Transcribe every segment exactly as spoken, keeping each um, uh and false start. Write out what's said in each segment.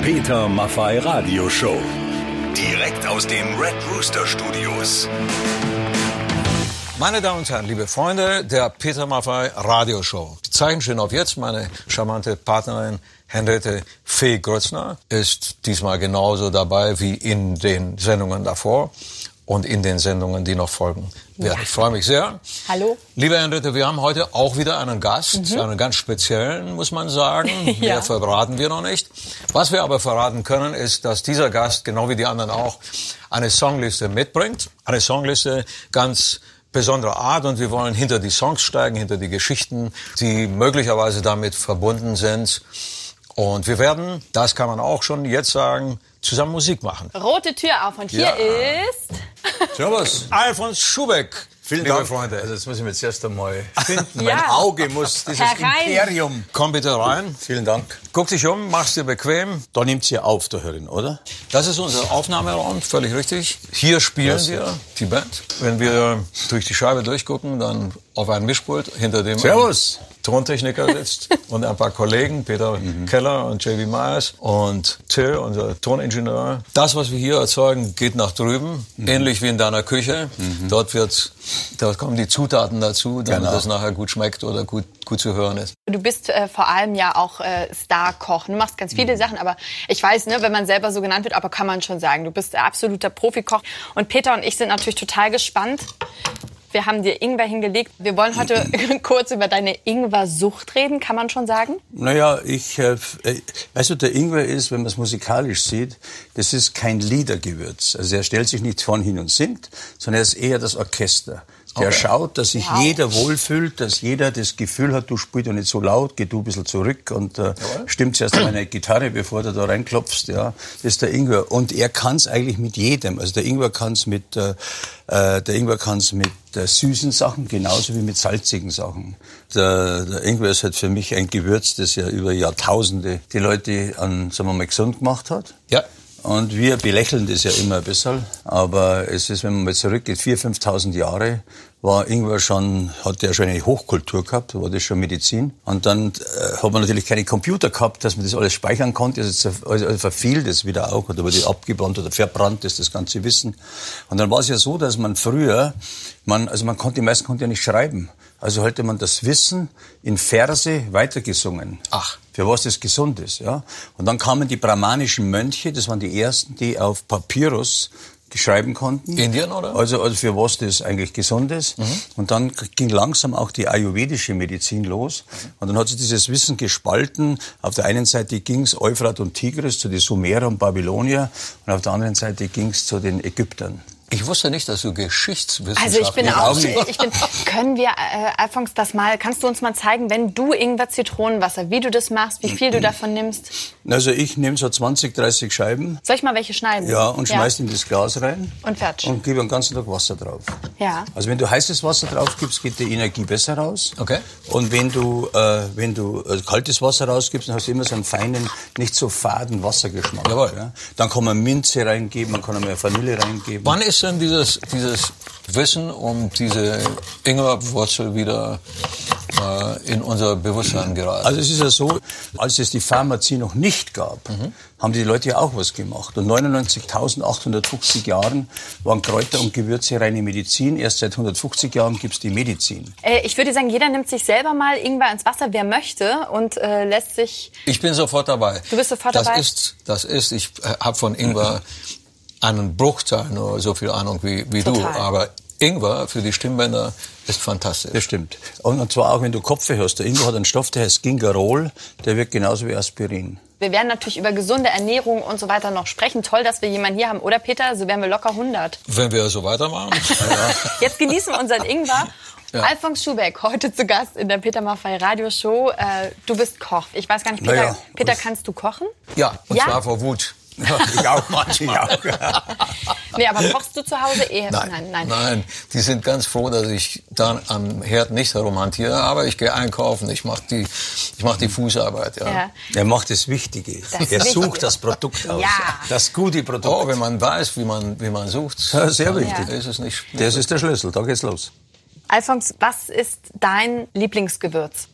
Peter Maffay Radio Show. Direkt aus den Red Rooster Studios. Meine Damen und Herren, liebe Freunde der Peter Maffay Radio Show. Die Zeichen stehen auf jetzt. Meine charmante Partnerin Henriette Fee Grützner ist diesmal genauso dabei wie in den Sendungen davor und in den Sendungen, die noch folgen werden. Ja. Ich freue mich sehr. Hallo. Liebe Henriette, wir haben heute auch wieder einen Gast, mhm. einen ganz speziellen, muss man sagen. Ja. Mehr verraten wir noch nicht. Was wir aber verraten können, ist, dass dieser Gast, genau wie die anderen auch, eine Songliste mitbringt. Eine Songliste ganz besonderer Art, und wir wollen hinter die Songs steigen, hinter die Geschichten, die möglicherweise damit verbunden sind. Und wir werden, das kann man auch schon jetzt sagen, zusammen Musik machen. Rote Tür auf und hier ja. ist... Servus. Alfons Schubeck. Vielen liebe Dank. Freunde. Also jetzt muss ich mir zuerst einmal finden. Ja. Mein Auge muss dieses Herein. Imperium. Komm bitte rein. Vielen Dank. Guck dich um, mach's dir bequem. Da nimmt's hier auf, da Herrin, oder? Das ist unser Aufnahmeraum, völlig richtig. Hier spielen Ja, wir die Band. Wenn wir durch die Scheibe durchgucken, dann auf ein Mischpult, hinter dem Servus. ein Tontechniker sitzt und ein paar Kollegen, Peter mhm. Keller und J B Myers und Till, unser Toningenieur. Das, was wir hier erzeugen, geht nach drüben, mhm. ähnlich wie in deiner Küche. Mhm. Dort wird, dort kommen die Zutaten dazu, damit genau. das nachher gut schmeckt oder gut, gut zu hören ist. Du bist äh, vor allem ja auch äh, Star-Koch. Du machst ganz viele mhm. Sachen, aber ich weiß, ne, wenn man selber so genannt wird, aber kann man schon sagen, du bist ein absoluter Profikoch. Und Peter und ich sind natürlich total gespannt. Wir haben dir Ingwer hingelegt. Wir wollen heute kurz über deine Ingwer-Sucht reden, kann man schon sagen? Naja, ich, äh, weißt du, der Ingwer ist, wenn man es musikalisch sieht, das ist kein Liedergewürz. Also er stellt sich nicht vorn hin und singt, sondern er ist eher das Orchester. Der okay. schaut, dass sich wow. jeder wohlfühlt, dass jeder das Gefühl hat, du spielst doch nicht so laut, geh du ein bisschen zurück und äh, stimmt zuerst an eine Gitarre, bevor du da reinklopfst. Ja, das ist der Ingwer. Und er kann es eigentlich mit jedem. Also der Ingwer kann es mit, äh, der Ingwer kann's mit äh, süßen Sachen, genauso wie mit salzigen Sachen. Der, der Ingwer ist halt für mich ein Gewürz, das ja über Jahrtausende die Leute an, sagen wir mal, gesund gemacht hat. Ja. Und wir belächeln das ja immer ein bisschen, aber es ist, wenn man mal zurückgeht, viertausend, fünftausend Jahre, war Ingwer schon, hat der schon eine Hochkultur gehabt, war das schon Medizin. Und dann äh, hat man natürlich keine Computer gehabt, dass man das alles speichern konnte, also, also verfiel das wieder auch, oder wurde abgebrannt oder verbrannt, das, das ganze Wissen. Und dann war es ja so, dass man früher, man, also man konnte, die meisten konnten ja nicht schreiben. Also hatte man das Wissen in Verse weitergesungen. Ach. Für was das gesund ist, ja. Und dann kamen die brahmanischen Mönche, das waren die ersten, die auf Papyrus schreiben konnten. Indien, oder? Also, also für was das eigentlich gesund ist. Mhm. Und dann ging langsam auch die ayurvedische Medizin los. Und dann hat sich dieses Wissen gespalten. Auf der einen Seite ging es Euphrat und Tigris zu den Sumerer und Babylonier. Und auf der anderen Seite ging es zu den Ägyptern. Ich wusste nicht, dass du Geschichtswissenschaftler Also ich bin auch, bist. ich bin, können wir, äh, Alfons, das mal, kannst du uns mal zeigen, wenn du Ingwer Zitronenwasser, wie du das machst, wie viel du davon nimmst? Also ich nehme so zwanzig, dreißig Scheiben. Soll ich mal welche schneiden? Ja, und schmeiß ja. in das Glas rein. Und fertig. Und gebe den ganzen Tag Wasser drauf. Ja. Also wenn du heißes Wasser drauf gibst, geht die Energie besser raus. Okay. Und wenn du, äh, wenn du äh, kaltes Wasser rausgibst, dann hast du immer so einen feinen, nicht so faden Wassergeschmack. Jawohl. Ja? Dann kann man Minze reingeben, man kann mehr Vanille reingeben. Wann ist denn dieses dieses Wissen um diese Ingwerwurzel wieder äh, in unser Bewusstsein geraten? Also es ist ja so, als es die Pharmazie noch nicht gab, mhm. haben die Leute ja auch was gemacht. Und neunundneunzigtausendachthundertfünfzig Jahren waren Kräuter und Gewürze reine Medizin. Erst seit hundertfünfzig Jahren gibt's die Medizin. Äh, ich würde sagen, jeder nimmt sich selber mal Ingwer ins Wasser, wer möchte, und äh, lässt sich... Ich bin sofort dabei. Du bist sofort das dabei? Ist, das ist, ich äh, habe von Ingwer einen Bruchteil nur so viel Ahnung wie, wie du, aber Ingwer für die Stimmbänder ist fantastisch. Das stimmt. Und, und zwar auch, wenn du Kopfweh hast. Der Ingwer hat einen Stoff, der heißt Gingerol, der wirkt genauso wie Aspirin. Wir werden natürlich über gesunde Ernährung und so weiter noch sprechen. Toll, dass wir jemanden hier haben, oder Peter? So wären wir locker hundert. Wenn wir so weitermachen. Ja. Jetzt genießen wir unseren Ingwer. Ja. Alfons Schubeck, heute zu Gast in der Peter Maffay Radio Show. Äh, du bist Koch. Ich weiß gar nicht, Peter, naja, Peter kannst du kochen? Ja, und ja? zwar vor Wut. Ja, ich auch manchmal. Nee, aber kochst du zu Hause eher? Nein, nein, nein. Nein, die sind ganz froh, dass ich dann am Herd nicht herumhantiere, aber ich gehe einkaufen, ich mache die, ich mach die Fußarbeit. Ja. Ja. Er macht das Wichtige. Das er Wichtige. sucht das Produkt aus. Ja. Das gute Produkt. Oh, wenn man weiß, wie man, wie man sucht, ja, sehr dann wichtig. ist es nicht. Das ist der Schlüssel, da geht's los. Alfons, was ist dein Lieblingsgewürz?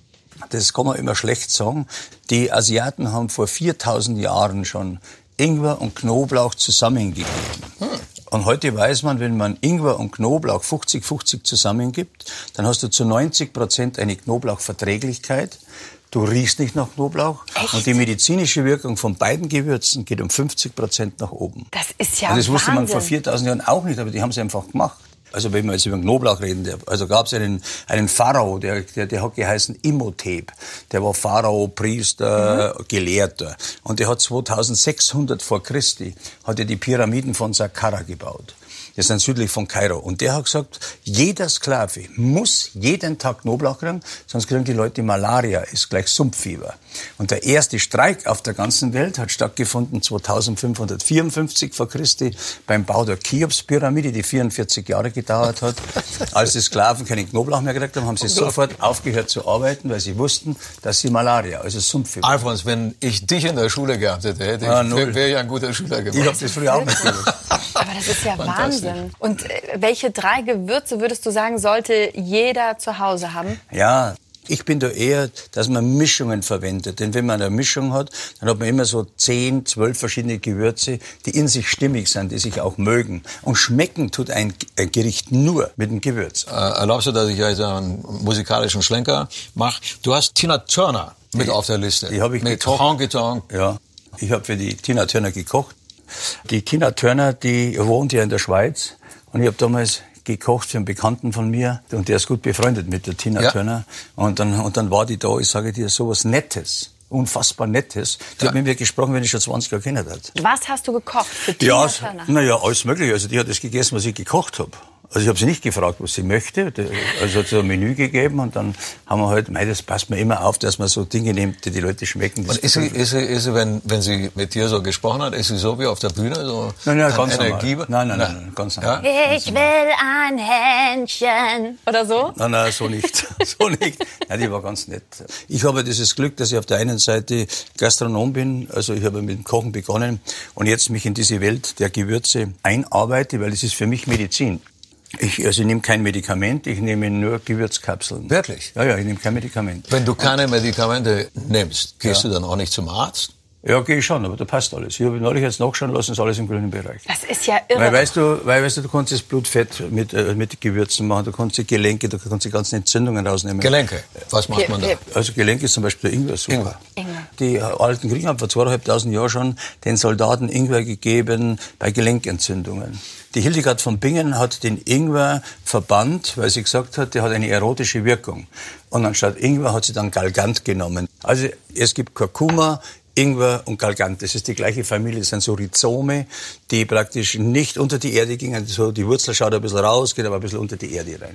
das kann man immer schlecht sagen, die Asiaten haben vor viertausend Jahren schon Ingwer und Knoblauch zusammengegeben. Hm. Und heute weiß man, wenn man Ingwer und Knoblauch fünfzig fünfzig zusammengibt, dann hast du zu neunzig Prozent eine Knoblauchverträglichkeit. Du riechst nicht nach Knoblauch. Echt? Und die medizinische Wirkung von beiden Gewürzen geht um fünfzig Prozent nach oben. Das ist ja also das wusste Wahnsinn. man vor viertausend Jahren auch nicht, aber die haben es einfach gemacht. Also wenn wir jetzt über Knoblauch reden, der, also gab es einen, einen Pharao, der, der, der hat geheißen Imhotep. Der war Pharao, Priester, mhm. Gelehrter. Und der hat zweitausendsechshundert vor Christi, hat er die Pyramiden von Saqqara gebaut. Das sind südlich von Kairo. Und der hat gesagt, jeder Sklave muss jeden Tag Knoblauch kriegen, sonst kriegen die Leute Malaria, ist gleich Sumpffieber. Und der erste Streik auf der ganzen Welt hat stattgefunden zweitausendfünfhundertvierundfünfzig vor Christi beim Bau der Cheops-Pyramide, die vierundvierzig Jahre gedauert hat. Als die Sklaven keinen Knoblauch mehr gekriegt haben, haben sie sofort aufgehört zu arbeiten, weil sie wussten, dass sie Malaria, also Sumpffieber. Alfons, wenn ich dich in der Schule gehabt hätte, hätte ah, ich, wäre ich ein guter Schüler geworden. Ich habe das früher auch nicht gewusst. Aber das ist ja Wahnsinn. Und äh, welche drei Gewürze würdest du sagen, sollte jeder zu Hause haben? Ja, ich bin da eher, dass man Mischungen verwendet. Denn wenn man eine Mischung hat, dann hat man immer so zehn, zwölf verschiedene Gewürze, die in sich stimmig sind, die sich auch mögen. Und schmecken tut ein Gericht nur mit dem Gewürz. Äh, erlaubst du, dass ich jetzt einen musikalischen Schlenker mache? Du hast Tina Turner mit die, auf der Liste. Die habe ich mit gekocht. Honky Tonk. Ja, ich habe für die Tina Turner gekocht. Die Tina Turner, die wohnt ja in der Schweiz. Und ich habe damals gekocht für einen Bekannten von mir. Und der ist gut befreundet mit der Tina ja. Turner. Und dann, und dann war die da, ich sage dir, sowas Nettes. Unfassbar Nettes. Die ja. hat mit mir gesprochen, wenn ich schon zwanzig Jahre kennt hat. Was hast du gekocht für Tina ja, Turner? Naja, alles Mögliche. Also die hat das gegessen, was ich gekocht habe. Also ich habe sie nicht gefragt, was sie möchte. Also hat sie ein Menü gegeben und dann haben wir halt, mei, das passt mir immer auf, dass man so Dinge nimmt, die die Leute schmecken. Und ist sie, ist sie, ist sie wenn, wenn sie mit dir so gesprochen hat, ist sie so wie auf der Bühne? So nein, nein, ganz Energie? normal. Nein, nein, nein, nein, ganz normal. Ja? Ich will ein Händchen. Oder so? Nein, nein, so nicht. so nicht. Nein, die war ganz nett. Ich habe dieses Glück, dass ich auf der einen Seite Gastronom bin, also ich habe mit dem Kochen begonnen und jetzt mich in diese Welt der Gewürze einarbeite, weil es ist für mich Medizin. Ich, also ich nehme kein Medikament, ich nehme nur Gewürzkapseln. Wirklich? Ja, ja, ich nehme kein Medikament. Wenn du keine Medikamente nimmst, gehst ja. du dann auch nicht zum Arzt? Ja, gehe ich schon, aber da passt alles. Ich habe neulich jetzt nachschauen lassen, ist alles im grünen Bereich. Das ist ja irre. Weil weißt du, weil, weißt du, du kannst das Blutfett mit, äh, mit Gewürzen machen, du kannst die Gelenke, du kannst die ganzen Entzündungen rausnehmen. Gelenke? Was macht man da? Also Gelenke ist zum Beispiel der Ingwer super. Ingwer. Ingwer. Die alten Griechen haben vor zweieinhalbtausend Jahren schon den Soldaten Ingwer gegeben bei Gelenkentzündungen. Die Hildegard von Bingen hat den Ingwer verbannt, weil sie gesagt hat, der hat eine erotische Wirkung. Und anstatt Ingwer hat sie dann Galgant genommen. Also es gibt Kurkuma, Ingwer und Galgant, das ist die gleiche Familie, das sind so Rhizome, die praktisch nicht unter die Erde gingen. So die Wurzel schaut ein bisschen raus, geht aber ein bisschen unter die Erde rein.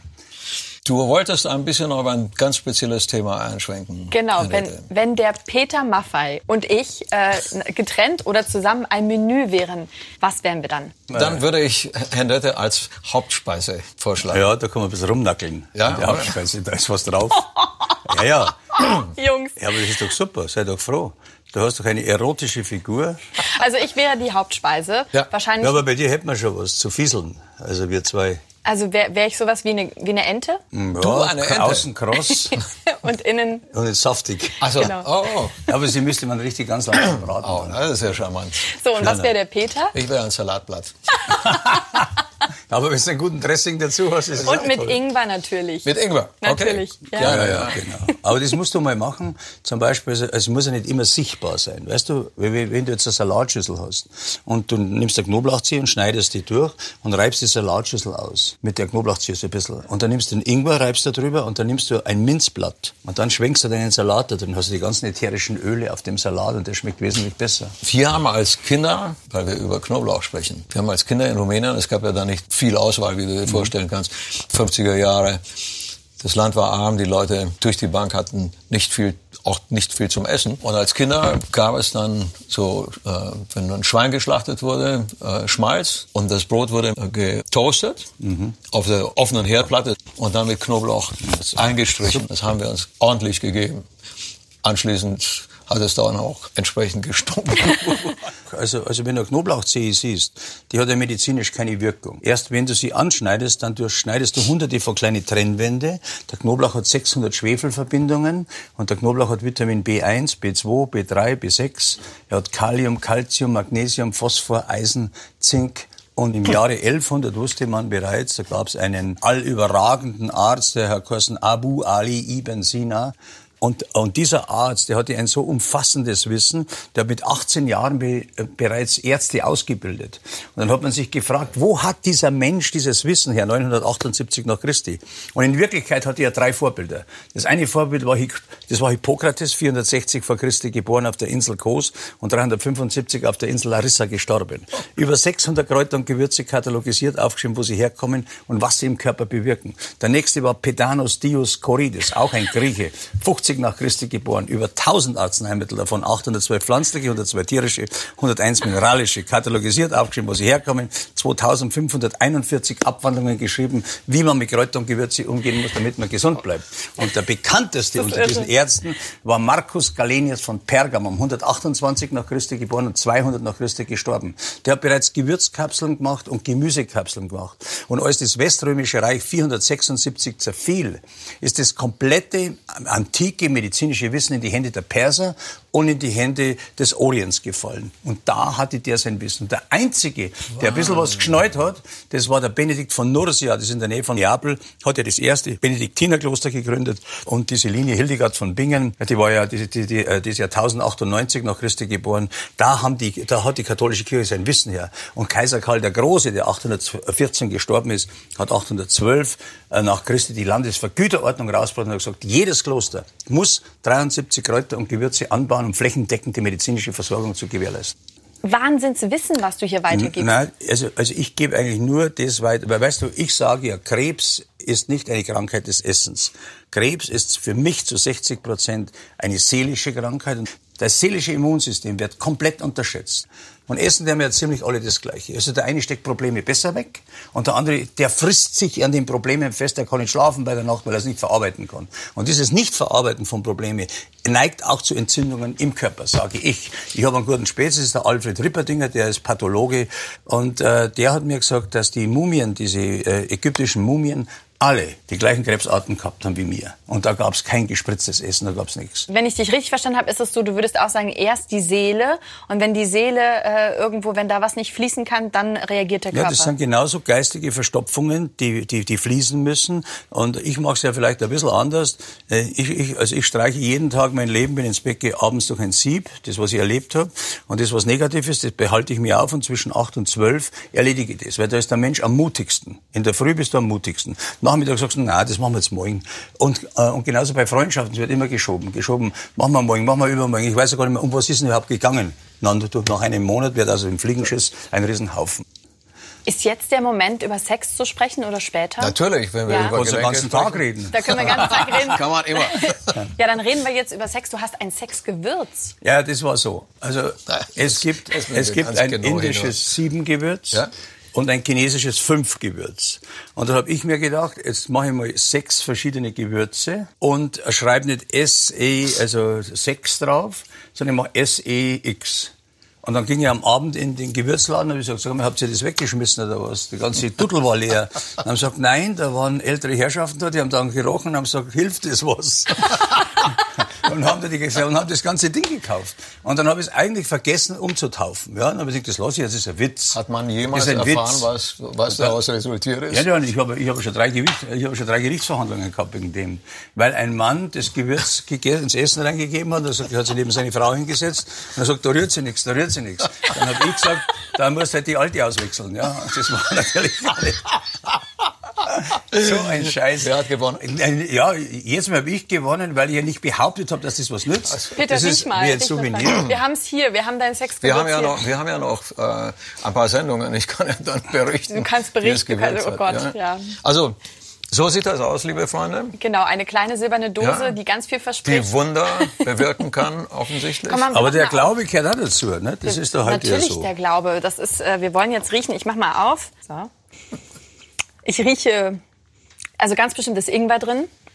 Du wolltest ein bisschen auf ein ganz spezielles Thema einschwenken. Genau, wenn, wenn der Peter Maffay und ich äh, getrennt oder zusammen ein Menü wären, was wären wir dann? Dann würde ich Henriette als Hauptspeise vorschlagen. Ja, da kann man ein bisschen rumnackeln. Ja, die Hauptspeise, da ist was drauf. ja, ja. Jungs. Ja, aber das ist doch super, sei doch froh. Du hast doch eine erotische Figur. Also ich wäre die Hauptspeise. Ja. Wahrscheinlich. Ja, aber bei dir hätten wir schon was zu fieseln. Also wir zwei. Also wäre wär ich sowas wie eine, wie eine Ente? Ja, du, eine Ente. Außen kross. Und innen. Und nicht saftig. Also, genau. oh, oh. Aber sie müsste man richtig ganz langsam braten. Oh, das ist ja charmant. So, und was wäre der Peter? Ich wäre ein Salatblatt. Aber wenn du einen guten Dressing dazu hast, ist es Und auch mit toll. Ingwer natürlich. Mit Ingwer? Natürlich. Okay. Ja. Ja, ja, ja, genau. Aber das musst du mal machen. Zum Beispiel, also, es muss ja nicht immer sichtbar sein. Weißt du, wenn, wenn du jetzt eine Salatschüssel hast und du nimmst eine Knoblauchzehe und schneidest die durch und reibst die Salatschüssel aus mit der Knoblauchzehe so ein bisschen. Und dann nimmst du den Ingwer, reibst da drüber und dann nimmst du ein Minzblatt. Und dann schwenkst du deinen Salat da drin, hast du die ganzen ätherischen Öle auf dem Salat und der schmeckt wesentlich besser. Wir haben als Kinder, weil wir über Knoblauch sprechen, wir haben als Kinder in Rumänien, es gab ja da nicht viel Auswahl, wie du dir vorstellen kannst, fünfziger Jahre. Das Land war arm, die Leute durch die Bank hatten nicht viel, auch nicht viel zum Essen. Und als Kinder gab es dann so, äh, wenn ein Schwein geschlachtet wurde, äh, Schmalz und das Brot wurde äh, getoastet mhm. auf der offenen Herdplatte und dann mit Knoblauch eingestrichen. Das haben wir uns ordentlich gegeben. Anschließend hat es dann auch entsprechend gestunken. Also, also wenn du Knoblauchzehe siehst, die hat ja medizinisch keine Wirkung. Erst wenn du sie anschneidest, dann durchschneidest du hunderte von kleinen Trennwände. Der Knoblauch hat sechshundert Schwefelverbindungen und der Knoblauch hat Vitamin B eins, B zwei, B drei, B sechs. Er hat Kalium, Calcium, Magnesium, Phosphor, Eisen, Zink. Und im Jahre elfhundert wusste man bereits, da gab es einen allüberragenden Arzt, der Herr Kossen Abu Ali ibn Sina. Und, und dieser Arzt, der hatte ein so umfassendes Wissen, der hat mit achtzehn Jahren be, äh, bereits Ärzte ausgebildet. Und dann hat man sich gefragt, wo hat dieser Mensch dieses Wissen her, neunhundertachtundsiebzig nach Christi? Und in Wirklichkeit hatte er drei Vorbilder. Das eine Vorbild war, das war Hippokrates, vierhundertsechzig vor Christi geboren auf der Insel Kos und dreihundertfünfundsiebzig auf der Insel Larissa gestorben. Über sechshundert Kräuter und Gewürze katalogisiert, aufgeschrieben, wo sie herkommen und was sie im Körper bewirken. Der nächste war Pedanos Dioskorides, auch ein Grieche, fünfzig nach Christi geboren, über tausend Arzneimittel, davon achthundertzwölf pflanzliche, hundertzwei tierische, hunderteins mineralische, katalogisiert, aufgeschrieben, wo sie herkommen, zweitausendfünfhunderteinundvierzig Abwandlungen geschrieben, wie man mit Kräutern und Gewürze umgehen muss, damit man gesund bleibt. Und der bekannteste unter diesen Ärzten war Marcus Galenius von Pergamum, hundertachtundzwanzig nach Christi geboren und zweihundert nach Christi gestorben. Der hat bereits Gewürzkapseln gemacht und Gemüsekapseln gemacht. Und als das Weströmische Reich vierhundertsechsundsiebzig zerfiel, ist das komplette antike medizinische Wissen in die Hände der Perser und in die Hände des Orients gefallen. Und da hatte der sein Wissen. Und der Einzige, der ein bisschen was geschneut hat, das war der Benedikt von Nursia, das ist in der Nähe von Neapel, hat ja das erste Benediktinerkloster gegründet. Und diese Linie Hildegard von Bingen, die war ja die, die, die, das Jahr tausendachtunddneunzig nach Christi geboren, da, haben die, da hat die katholische Kirche sein Wissen her. Und Kaiser Karl der Große, der achthundertvierzehn gestorben ist, hat achthundertzwölf nach Christi die Landesvergüterordnung rausgebracht und hat gesagt, jedes Kloster muss dreiundsiebzig Kräuter und Gewürze anbauen, um flächendeckende medizinische Versorgung zu gewährleisten. Wahnsinnswissen, was du hier weitergibst. Nein, also, also ich gebe eigentlich nur das weiter, weil weißt du, ich sage ja, Krebs ist nicht eine Krankheit des Essens. Krebs ist für mich zu sechzig Prozent eine seelische Krankheit. Das seelische Immunsystem wird komplett unterschätzt. Und essen der ja ziemlich alle das Gleiche. Also der eine steckt Probleme besser weg und der andere, der frisst sich an den Problemen fest, der kann nicht schlafen bei der Nacht, weil er es nicht verarbeiten kann. Und dieses Nicht-Verarbeiten von Problemen neigt auch zu Entzündungen im Körper, sage ich. Ich habe einen guten Spätz, das ist der Alfred Ripperdinger, der ist Pathologe und äh, der hat mir gesagt, dass die Mumien, diese äh, ägyptischen Mumien, alle die gleichen Krebsarten gehabt haben wie mir. Und da gab es kein gespritztes Essen, da gab es nichts. Wenn ich dich richtig verstanden habe, ist es so, du würdest auch sagen, erst die Seele und wenn die Seele äh, irgendwo, wenn da was nicht fließen kann, dann reagiert der Körper. Ja, das sind genauso geistige Verstopfungen, die, die, die fließen müssen. Und ich mache es ja vielleicht ein bisschen anders. Ich, ich, also ich streiche jeden Tag mein Leben, bin ins Bett, gehe abends durch ein Sieb, das, was ich erlebt habe. Und das, was negativ ist, das behalte ich mir auf und zwischen acht und zwölf erledige ich das. Weil da ist der Mensch am mutigsten. In der Früh bist du am mutigsten. Nachmittag sagst du, nein, das machen wir jetzt morgen. Und, äh, und genauso bei Freundschaften, es wird immer geschoben, geschoben. Machen wir morgen, machen wir übermorgen. Ich weiß ja gar nicht mehr, um was ist denn überhaupt gegangen. Nach, nach einem Monat wird also im Fliegenschiss ein Riesenhaufen. Ist jetzt der Moment, über Sex zu sprechen oder später? Natürlich, wenn wir ja. über den ganzen Tag reden. Da können wir den ganzen Tag reden. Kann man immer. Ja, dann reden wir jetzt über Sex. Du hast ein Sexgewürz. Ja, das war so. Also es gibt, es gibt ein genau indisches Siebengewürz. Ja? Und ein chinesisches Fünfgewürz. Und da habe ich mir gedacht, jetzt mache ich mal sechs verschiedene Gewürze und schreibe nicht S E, also sechs drauf, sondern ich mache S E X. Und dann ging ich am Abend in den Gewürzladen und habe gesagt, sag mal, habt ihr das weggeschmissen oder was? Die ganze Duttel war leer. Und haben gesagt, nein, da waren ältere Herrschaften da, die haben dann gerochen und haben gesagt, hilft das was? und, haben da die, und haben das ganze Ding gekauft. Und dann habe ich es eigentlich vergessen umzutaufen. Ja, dann habe ich gesagt, das lasse ich, das ist ein Witz. Hat man jemals erfahren, Witz. was, was daraus resultiert ist? Ja, ja, ich habe, ich habe schon drei Gewicht, ich habe schon drei Gerichtsverhandlungen gehabt wegen dem. Weil ein Mann das Gewürz ins Essen reingegeben hat, er hat sich neben seine Frau hingesetzt und er sagt, da rührt sie nichts, da rührt sie nichts. Dann habe ich gesagt, da musst du halt die Alte auswechseln. Ja, und das war natürlich alle. So ein Scheiß. Wer hat gewonnen? Ja, jetzt habe ich gewonnen, weil ich ja nicht behauptet habe, dass das was nützt. Peter, das ist mal, wie ein Souvenir. Wir haben es hier, wir haben dein Sexgewürz wir haben ja hier. noch, Wir haben ja noch äh, ein paar Sendungen, ich kann ja dann berichten. Du kannst berichten, also, oh Gott, hat, ja. ja. Also, so sieht das aus, liebe Freunde. Genau, eine kleine silberne Dose, ja, die ganz viel verspricht. Die Wunder bewirken kann, offensichtlich. Komm, aber der Glaube gehört auch dazu, ne? Das ist doch halt natürlich ja so. Der Glaube. Das ist, äh, wir wollen jetzt riechen. Ich mach mal auf. So. Ich rieche, also ganz bestimmt ist Ingwer drin.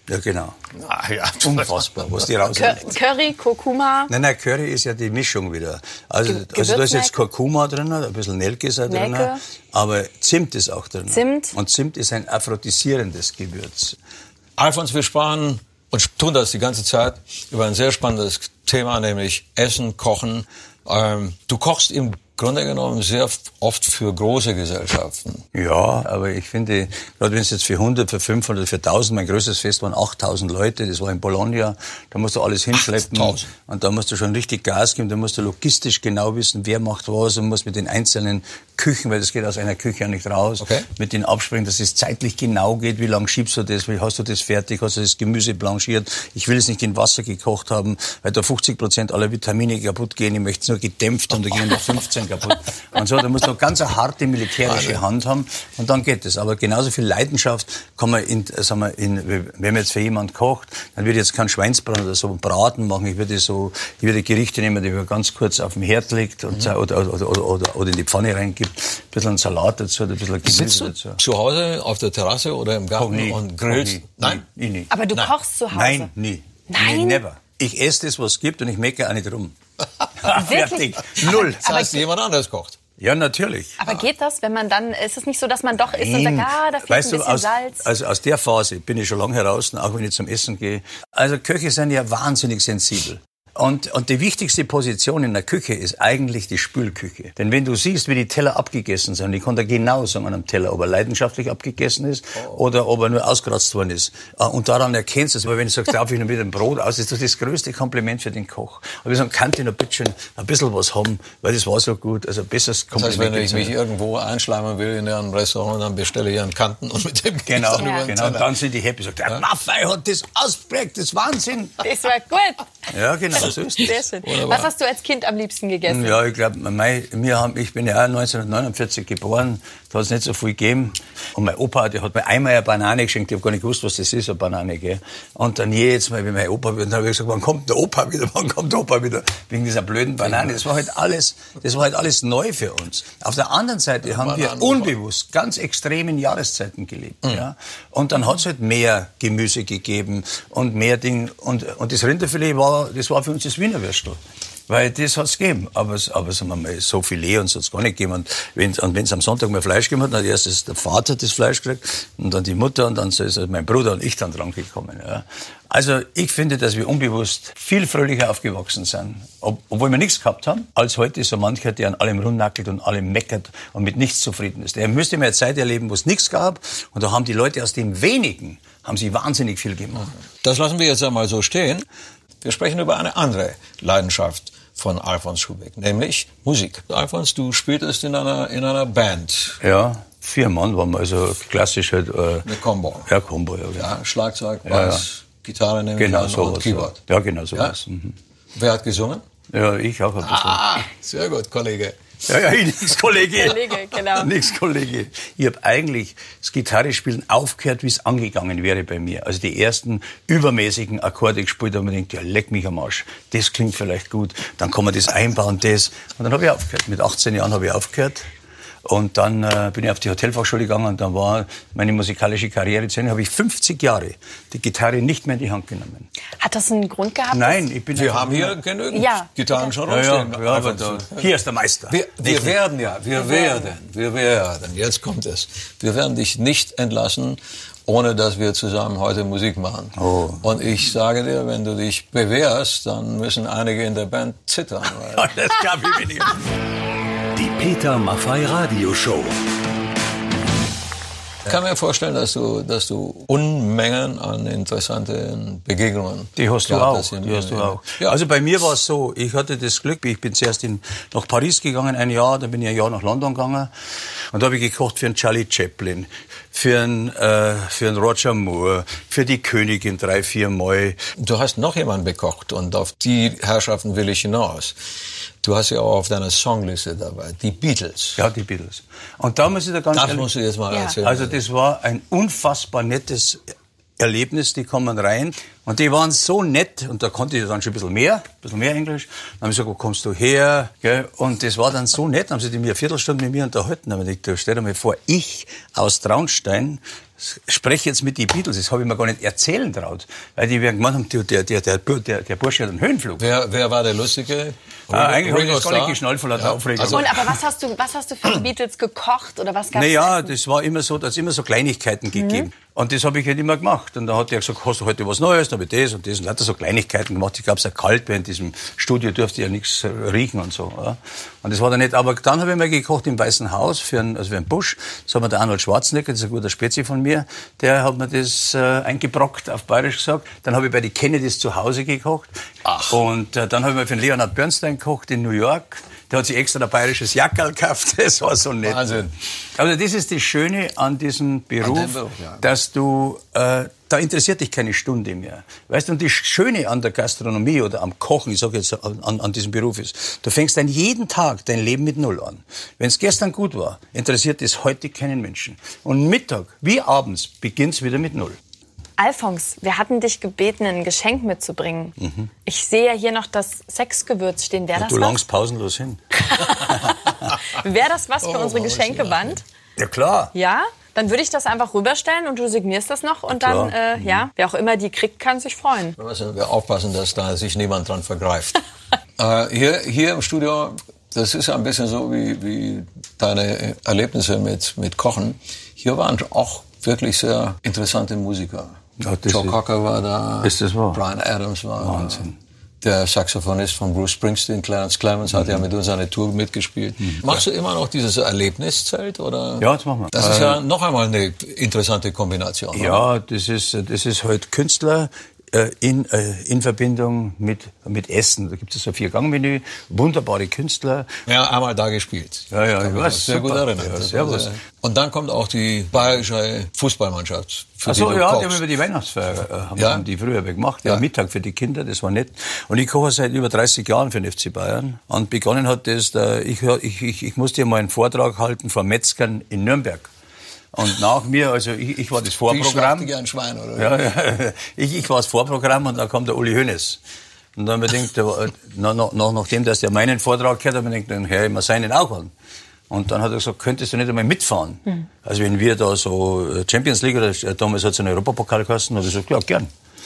Ja, genau. Ah, ja. Unfassbar, was die raus Cur Curry, Kurkuma. Nein, nein, Curry ist ja die Mischung wieder. Also, Ge also da ist jetzt Kurkuma drin, ein bisschen Nelke ist auch drin, aber Zimt ist auch drin. Zimt. Und Zimt ist ein aphrodisierendes Gewürz. Alfons, wir sprachen und tun das die ganze Zeit über ein sehr spannendes Thema, nämlich Essen, Kochen. Ähm, du kochst im Grunde genommen sehr oft für große Gesellschaften. Ja, aber ich finde, gerade wenn es jetzt für hundert, für fünfhundert, für tausend, mein größtes Fest waren achttausend Leute, das war in Bologna, da musst du alles hinschleppen. achttausend. Und da musst du schon richtig Gas geben, da musst du logistisch genau wissen, wer macht was und musst mit den einzelnen Küchen, weil das geht aus einer Küche ja nicht raus, okay. mit denen absprechen, dass es zeitlich genau geht, wie lange schiebst du das, wie hast du das fertig, hast du das Gemüse blanchiert, ich will es nicht in Wasser gekocht haben, weil da fünfzig Prozent aller Vitamine kaputt gehen, ich möchte es nur gedämpft und da gehen noch fünfzehn kaputt. Und so, da muss man ganz eine harte militärische Hand haben und dann geht es. Aber genauso viel Leidenschaft kann man in, sagen wir, in, wenn man jetzt für jemand kocht, dann würde ich jetzt keinen Schweinsbraten oder so Braten machen. Ich würde so, ich würde Gerichte nehmen, die man ganz kurz auf dem Herd legt und, mhm. oder, oder, oder, oder, oder in die Pfanne reingibt. Ein bisschen Salat dazu, ein bisschen Gemüse Sitzt du dazu. Zu Hause auf der Terrasse oder im Garten nie, und grillst? Nie, Nein? Nie, nie. Aber du Nein. kochst zu Hause? Nein, nie. Nein? Nie, never. Ich esse das, was es gibt und ich meckere auch nicht rum. Wirklich? Fertig. Null. Das heißt, jemand anders kocht. Ja, natürlich. Aber geht das, wenn man dann, ist es nicht so, dass man doch isst und sagt, ah, da fehlt weißt ein du, bisschen aus, Salz? Also aus der Phase bin ich schon lange heraus, auch wenn ich zum Essen gehe. Also Köche sind ja wahnsinnig sensibel. Und, und die wichtigste Position in der Küche ist eigentlich die Spülküche. Denn wenn du siehst, wie die Teller abgegessen sind, ich kann da genau sagen an einem Teller, ob er leidenschaftlich abgegessen ist oh. oder ob er nur ausgeratzt worden ist. Und daran erkennst du es. Aber wenn du sagst, darf ich noch mit dem Brot aus, ist das das größte Kompliment für den Koch. Aber wir sagen, kann ich noch bitte schön ein bisschen was haben, weil das war so gut. Also besseres Kompliment. Das heißt, wenn ich mich irgendwo einschleimen will in einem Restaurant, dann bestelle ich einen Kanten und mit dem genau, dann ja. genau. Und dann sind die happy. Sagt, der Maffei hat das ausgeprägt, das ist Wahnsinn. Das war gut. Ja, genau. So ist Sehr schön. Wunderbar. Was hast du als Kind am liebsten gegessen? Ja, ich glaube, wir haben, ich bin ja auch neunzehnhundertneunundvierzig geboren, da hat es nicht so viel gegeben. Und mein Opa, der hat mir einmal eine Banane geschenkt, ich habe gar nicht gewusst, was das ist, eine Banane, gell. Und dann jedes Mal, wenn mein Opa wird, dann habe ich gesagt, wann kommt der Opa wieder, wann kommt der Opa wieder? Wegen dieser blöden Banane. Das war halt alles, das war halt alles neu für uns. Auf der anderen Seite ja, haben wir unbewusst ganz extrem in Jahreszeiten gelebt, mhm. ja. Und dann hat es halt mehr Gemüse gegeben und mehr Dinge. Und, und das Rinderfilet war, das war für uns das Wiener Würstel. Weil das hat's gegeben. Aber, aber sagen wir mal, so Filet und so hat's gar nicht gegeben. Und wenn und wenn's am Sonntag mal Fleisch gegeben hat, dann hat erst der Vater das Fleisch gekriegt und dann die Mutter und dann so ist mein Bruder und ich dann dran gekommen. Ja. Also ich finde, dass wir unbewusst viel fröhlicher aufgewachsen sind, ob, obwohl wir nichts gehabt haben, als heute so mancher, der an allem rumnackelt und allem meckert und mit nichts zufrieden ist. Der müsste mal eine Zeit erleben, wo es nichts gab und da haben die Leute aus dem Wenigen, haben sie wahnsinnig viel gemacht. Das lassen wir jetzt einmal so stehen. Wir sprechen über eine andere Leidenschaft von Alfons Schubeck, nämlich Musik. Alfons, du spieltest in einer, in einer Band. Ja, vier Mann waren wir, also klassisch halt. Äh, Eine Combo. Ja, Combo, ja. Genau. Ja, Schlagzeug, Bass, ja, ja. Gitarre, nämlich genau, an sowas, und Keyboard. Ja, genau sowas. Ja? Mhm. Wer hat gesungen? Ja, ich auch ein bisschen. Ah, sehr gut, Kollege. Ja, ja, nix, Kollege. Kollege, genau. Nix, Kollege. Ich habe eigentlich das Gitarrespielen aufgehört, wie es angegangen wäre bei mir. Also die ersten übermäßigen Akkorde gespielt, da man denkt, ja, leck mich am Arsch. Das klingt vielleicht gut. Dann kann man das einbauen, das. Und dann habe ich aufgehört. Mit achtzehn Jahren habe ich aufgehört. Und dann äh, bin ich auf die Hotelfachschule gegangen und dann war meine musikalische Karriere zu Ende. Habe ich fünfzig Jahre die Gitarre nicht mehr in die Hand genommen. Hat das einen Grund gehabt? Nein, ich bin... Wir haben hier genügend ja. Gitarren schon ja, ja, rumstehen. ja, aber da, hier ist der Meister. Wir, wir werden ja, wir werden, wir werden, jetzt kommt es. Wir werden dich nicht entlassen, ohne dass wir zusammen heute Musik machen. Oh. Und ich sage dir, wenn du dich bewährst, dann müssen einige in der Band zittern. Weil das glaube ich weniger. Die Peter Maffay Radioshow. Ich kann mir vorstellen, dass du, dass du Unmengen an interessanten Begegnungen Die hast du gehabt auch. hast in- Die hast du in- auch. Ja. Also bei mir war es so, ich hatte das Glück, ich bin zuerst in, nach Paris gegangen, ein Jahr, dann bin ich ein Jahr nach London gegangen und da habe ich gekocht für einen Charlie Chaplin, für einen, äh, für einen Roger Moore, für die Königin drei, vier Mal. Du hast noch jemanden bekocht und auf die Herrschaften will ich hinaus. Du hast ja auch auf deiner Songliste dabei, die Beatles. Ja, die Beatles. Und da muss ich da ganz Das ehrlich, musst du jetzt mal Ja. erzählen. also das war ein unfassbar nettes Erlebnis, die kommen rein und die waren so nett und da konnte ich dann schon ein bisschen mehr, ein bisschen mehr Englisch. Dann habe ich gesagt, wo kommst du her? Gell? Und das war dann so nett, dann haben sie die mir eine Viertelstunde mit mir unterhalten. Dann habe ich gedacht, stell dir mal vor, ich aus Traunstein spreche jetzt mit den Beatles, das habe ich mir gar nicht erzählen traut, weil die werden gemeint haben, der, der, der, der, der Bursche hat einen Höhenflug. Wer, wer war der Lustige? Ah, eigentlich habe ich das gar nicht geschnallt von der Aufregung. Also, und aber was hast du, was hast du für die Beatles gekocht oder was gab's? Naja, das war immer so, da hat es immer so Kleinigkeiten mhm. gegeben. Und das habe ich halt immer gemacht. Und dann hat er gesagt, hast du heute was Neues? Dann habe ich das und das und lauter so Kleinigkeiten gemacht. Ich glaube, es war kalt, weil in diesem Studio durfte ja nichts riechen und so. Ja. Und das war dann nicht. Aber dann habe ich mal gekocht im Weißen Haus für einen, also für einen Busch. Das hat mir der Arnold Schwarzenegger, das ist ein guter Spezi von mir, der hat mir das äh, eingebrockt, auf Bayerisch gesagt. Dann habe ich bei den Kennedys zu Hause gekocht. Ach. Und äh, dann habe ich mal für den Leonard Bernstein gekocht in New York. Der hat sich extra ein bayerisches Jackerl gekauft. Das war so nett. Wahnsinn. Also das ist das Schöne an diesem Beruf, an Beruf ja. dass du, äh, da interessiert dich keine Stunde mehr. Weißt du, und das Schöne an der Gastronomie oder am Kochen, ich sage jetzt an, an diesem Beruf ist, du fängst dann jeden Tag dein Leben mit Null an. Wenn es gestern gut war, interessiert es heute keinen Menschen. Und Mittag wie abends beginnt es wieder mit Null. Alfons, wir hatten dich gebeten, ein Geschenk mitzubringen. Mhm. Ich sehe ja hier noch das Sexgewürz stehen. Wäre das du was? langst pausenlos hin. Wäre das was für oh, unsere Geschenkewand? Ja, klar. Ja? Dann würde ich das einfach rüberstellen und du signierst das noch und dann, äh, mhm. ja, wer auch immer die kriegt, kann sich freuen. Wir müssen aufpassen, dass da sich niemand dran vergreift. äh, hier, hier im Studio, das ist ein bisschen so wie, wie deine Erlebnisse mit, mit Kochen. Hier waren auch wirklich sehr interessante Musiker. Ja, Joe Cocker war da, ist das wahr? Brian Adams war Wahnsinn. Da, der Saxophonist von Bruce Springsteen, Clarence Clemens, mhm. hat ja mit uns eine Tour mitgespielt. Mhm. Machst du immer noch dieses Erlebniszelt? Oder? Ja, das machen wir. Das ist ja noch einmal eine interessante Kombination. Ja, das ist, das ist halt Künstler in, in Verbindung mit, mit Essen. Da gibt es so ein Vier-Gang-Menü, wunderbare Künstler. Ja, einmal da gespielt. Ja, ja, ich weiß. Sehr gut erinnert. Ja, servus. Und dann kommt auch die bayerische Fußballmannschaft. Ach so, ja, die haben über die Weihnachtsfeier, äh, haben, ja. haben die früher gemacht. Ja, ja, Mittag für die Kinder, das war nett. Und ich koche seit über dreißig Jahren für den F C Bayern. Und begonnen hat das, da, ich, ich, ich, ich musste ja mal einen Vortrag halten vor Metzgern in Nürnberg. Und nach mir, also ich, ich war das Vorprogramm. Wie ein Schwein, oder? Ja, ja, ich, ich war das Vorprogramm und dann kam der Uli Hoeneß. Und dann habe ich gedacht, nach, nach, nachdem dass der meinen Vortrag gehört hat, habe ich gedacht, dann höre ich mir seinen auch an. Und dann hat er gesagt, könntest du nicht einmal mitfahren? Mhm. Also wenn wir da so Champions League oder damals hat es einen Europapokal geheißen, habe ich gesagt, ja, gern.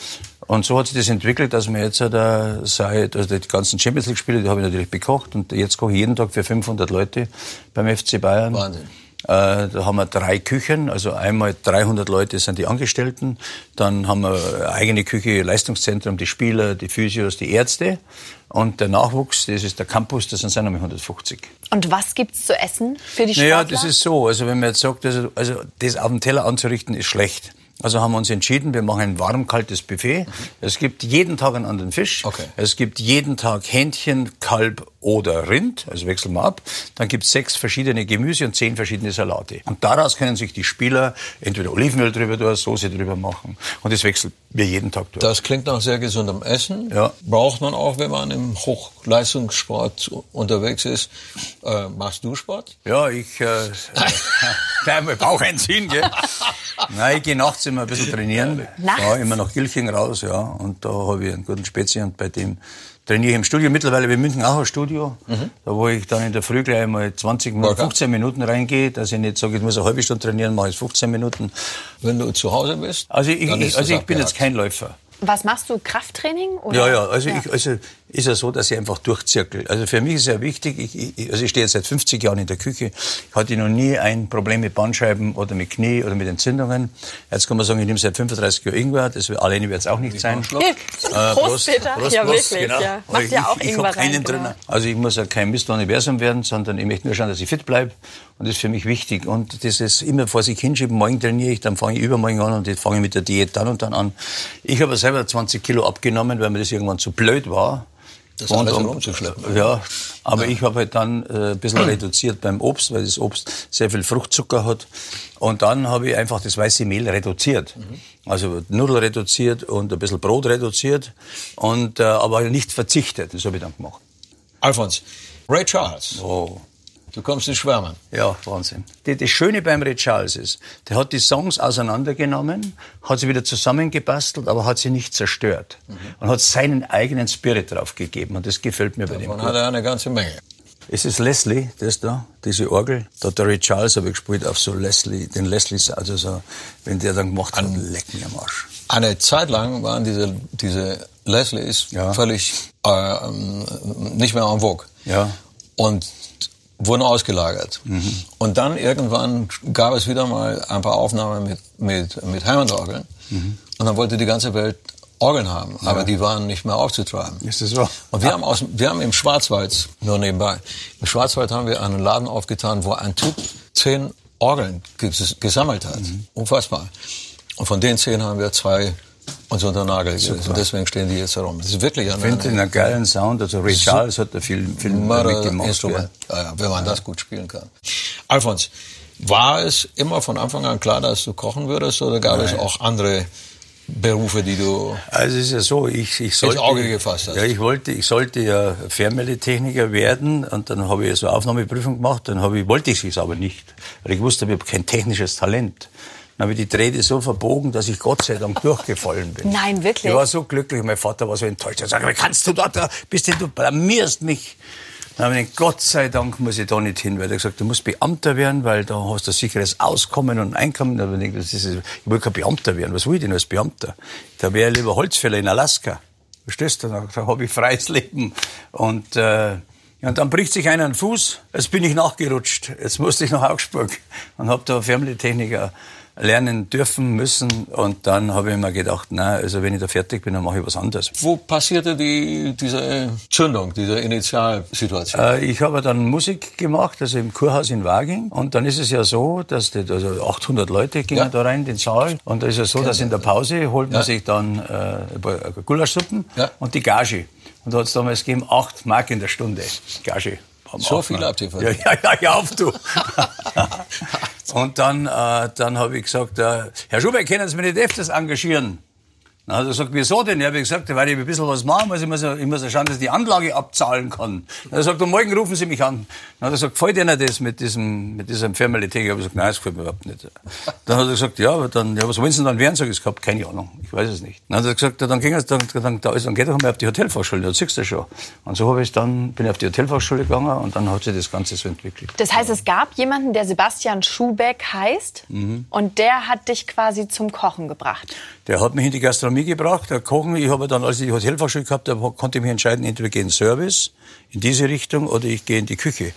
Und so hat sich das entwickelt, dass wir jetzt da seit, also die ganzen Champions League Spiele, die habe ich natürlich bekocht und jetzt koche ich jeden Tag für fünfhundert Leute beim F C Bayern. Wahnsinn. Äh, da haben wir drei Küchen, also einmal dreihundert Leute sind die Angestellten, dann haben wir eine eigene Küche, Leistungszentrum, die Spieler, die Physios, die Ärzte und der Nachwuchs, das ist der Campus, das sind nämlich hundertfünfzig. Und was gibt's zu essen für die Sportler? Naja, das ist so, also wenn man jetzt sagt, also, also das auf dem Teller anzurichten ist schlecht. Also haben wir uns entschieden, wir machen ein warm-kaltes Buffet. Mhm. Es gibt jeden Tag einen anderen Fisch. Okay. Es gibt jeden Tag Hähnchen, Kalb oder Rind, also wechseln wir ab. Dann gibt es sechs verschiedene Gemüse und zehn verschiedene Salate. Und daraus können sich die Spieler entweder Olivenöl drüber tun, Soße drüber machen. Und das wechseln wir jeden Tag durch. Das klingt nach sehr gesundem Essen. Ja. Braucht man auch, wenn man im Hochleistungssport unterwegs ist. Äh, machst du Sport? Ja, ich äh, gleich mal Bauch einziehen, gell? Nein, ich gehe nachts immer ein bisschen trainieren. Nachts? Ja, immer nach Gilching raus, ja. Und da habe ich einen guten Spezi und bei dem trainiere ich im Studio. Mittlerweile bei München auch ein Studio. Mhm. Da wo ich dann in der Früh gleich mal zwanzig Minuten, fünfzehn Minuten reingehe, dass ich nicht sage, ich muss eine halbe Stunde trainieren, mache ich fünfzehn Minuten. Wenn du zu Hause bist? Also ich, ich, also ich bin jetzt kein Läufer. Was machst du? Krafttraining? Oder? Ja, ja, also, ja. Ich, also ist ja so, dass ich einfach durchzirkel. Also für mich ist ja wichtig, ich, ich, also ich stehe jetzt seit fünfzig Jahren in der Küche, ich hatte noch nie ein Problem mit Bandscheiben oder mit Knie oder mit Entzündungen. Jetzt kann man sagen, ich nehme seit fünfunddreißig Jahren Ingwer, das alleine wird es auch nicht sein. Hey, äh, Prost, Peter. Prost, ja, Prost, wirklich. Genau. Ja. Macht ja auch ich, Ingwer ich habe keinen rein, drin. Also ich muss ja kein Mister Universum werden, sondern ich möchte nur schauen, dass ich fit bleibe. Und das ist für mich wichtig. Und das ist immer vor sich hinschieben, morgen trainiere ich, dann fange ich übermorgen an und jetzt fange ich mit der Diät dann und dann an. Ich habe selber zwanzig Kilo abgenommen, weil mir das irgendwann zu blöd war. Das alles rumzuschleppen. Ja, aber ja. Ich habe halt dann äh, ein bisschen reduziert beim Obst, weil das Obst sehr viel Fruchtzucker hat. Und dann habe ich einfach das weiße Mehl reduziert. Mhm. Also Nudeln reduziert und ein bisschen Brot reduziert, und, äh, aber nicht verzichtet. Das habe ich dann gemacht. Alfons, Ray Charles. Oh. Du kommst ins Schwärmen. Ja, Wahnsinn. Das Schöne beim Ray Charles ist, der hat die Songs auseinandergenommen, hat sie wieder zusammengebastelt, aber hat sie nicht zerstört. Mhm. Und hat seinen eigenen Spirit drauf gegeben. Und das gefällt mir bei dem. Davon hat er eine ganze Menge. Es ist Leslie, das da, diese Orgel. Da hat der Ray Charles habe ich gespielt auf so Leslie, den Leslie, also so, wenn der dann gemacht hat, leck mir am Arsch. Eine Zeit lang waren diese, diese Leslies ja. völlig äh, nicht mehr en vogue. Ja. Und wurden ausgelagert. Mhm. Und dann irgendwann gab es wieder mal ein paar Aufnahmen mit, mit, mit Hammond-Orgeln. Mhm. Und dann wollte die ganze Welt Orgeln haben, ja. aber die waren nicht mehr aufzutreiben. Ist das so? Und wir haben, aus, wir haben im Schwarzwald, nur nebenbei, im Schwarzwald haben wir einen Laden aufgetan, wo ein Typ zehn Orgeln ges- gesammelt hat. Mhm. Unfassbar. Und von den zehn haben wir zwei uns unter den Nagel gelegt. Und deswegen stehen die jetzt herum. Das ist wirklich eine, ich finde einen geilen Sound. Also Ray Charles hat da viel, viel mitgemacht. Instrument, ja. Ja, wenn man ja. das gut spielen kann. Alfons, war es immer von Anfang an klar, dass du kochen würdest, oder gab Nein. es auch andere Berufe, die du also es ist ja so, ich, ich sollte, ins Auge gefasst hast? Ja, ich wollte, ich sollte ja Fernmeldetechniker werden, und dann habe ich so eine Aufnahmeprüfung gemacht, dann habe ich, wollte ich es aber nicht, weil ich wusste, ich habe kein technisches Talent. Dann habe ich die Drähte so verbogen, dass ich Gott sei Dank durchgefallen bin. Nein, wirklich? Ich war so glücklich, mein Vater war so enttäuscht. Er sagte, wie kannst du da, da bist denn, du blamierst mich. Dann habe ich gedacht, Gott sei Dank muss ich da nicht hin, weil er gesagt, du musst Beamter werden, weil da hast du ein sicheres Auskommen und Einkommen. Dann habe ich gedacht, das ist, ich will kein Beamter werden, was will ich denn als Beamter? Da wäre ich lieber Holzfäller in Alaska. Verstehst du? Da habe ich freies Leben. Und, äh, ja, und dann bricht sich einer einen Fuß, jetzt bin ich nachgerutscht. Jetzt musste ich nach Augsburg und habe da Fernmeldetechniker lernen dürfen müssen, und dann habe ich mir gedacht, na, also wenn ich da fertig bin, dann mache ich was anderes. Wo passierte die, diese Zündung, diese Initialsituation? Äh, ich habe dann Musik gemacht, also im Kurhaus in Waging, und dann ist es ja so, dass die, also achthundert Leute gingen ja. da rein in den Saal, und da ist es so, dass in der Pause holt man ja. sich dann äh, ein paar Gulaschsuppen ja. und die Gage. Und da hat es damals gegeben, acht Mark in der Stunde Gage. So viel habt ihr verdient? Ja, ja, ja, auf du. Und dann, äh, dann habe ich gesagt, äh, Herr Schubeck, können Sie mich nicht öfters engagieren? Dann hat er gesagt, wieso denn? Ich habe gesagt, weil ich ein bisschen was machen muss, ich muss, ich muss schauen, dass ich die Anlage abzahlen kann. Dann hat er gesagt, morgen rufen Sie mich an. Dann hat er gesagt, gefällt Ihnen das mit diesem, mit diesem Fernmeldetechniker? Ich habe gesagt, nein, das gefällt mir überhaupt nicht. Dann hat er gesagt, ja, aber dann, ja, was wollen Sie denn dann werden? Sag ich, ich habe keine Ahnung, ich weiß es nicht. Dann hat er gesagt, dann, ging es, dann, dann, dann, dann geht doch mal auf die Hotelfachschule, das siehst du schon. Und so habe ich dann, bin ich auf die Hotelfachschule gegangen, und dann hat sich das Ganze so entwickelt. Das heißt, es gab jemanden, der Sebastian Schubeck heißt, mhm. und der hat dich quasi zum Kochen gebracht? Der hat mich in die Gastronomie gebracht, der Kochen. Ich habe dann, als ich die Hotelfachschule gehabt habe, konnte ich mich entscheiden, entweder gehe in Service, in diese Richtung, oder ich gehe in die Küche.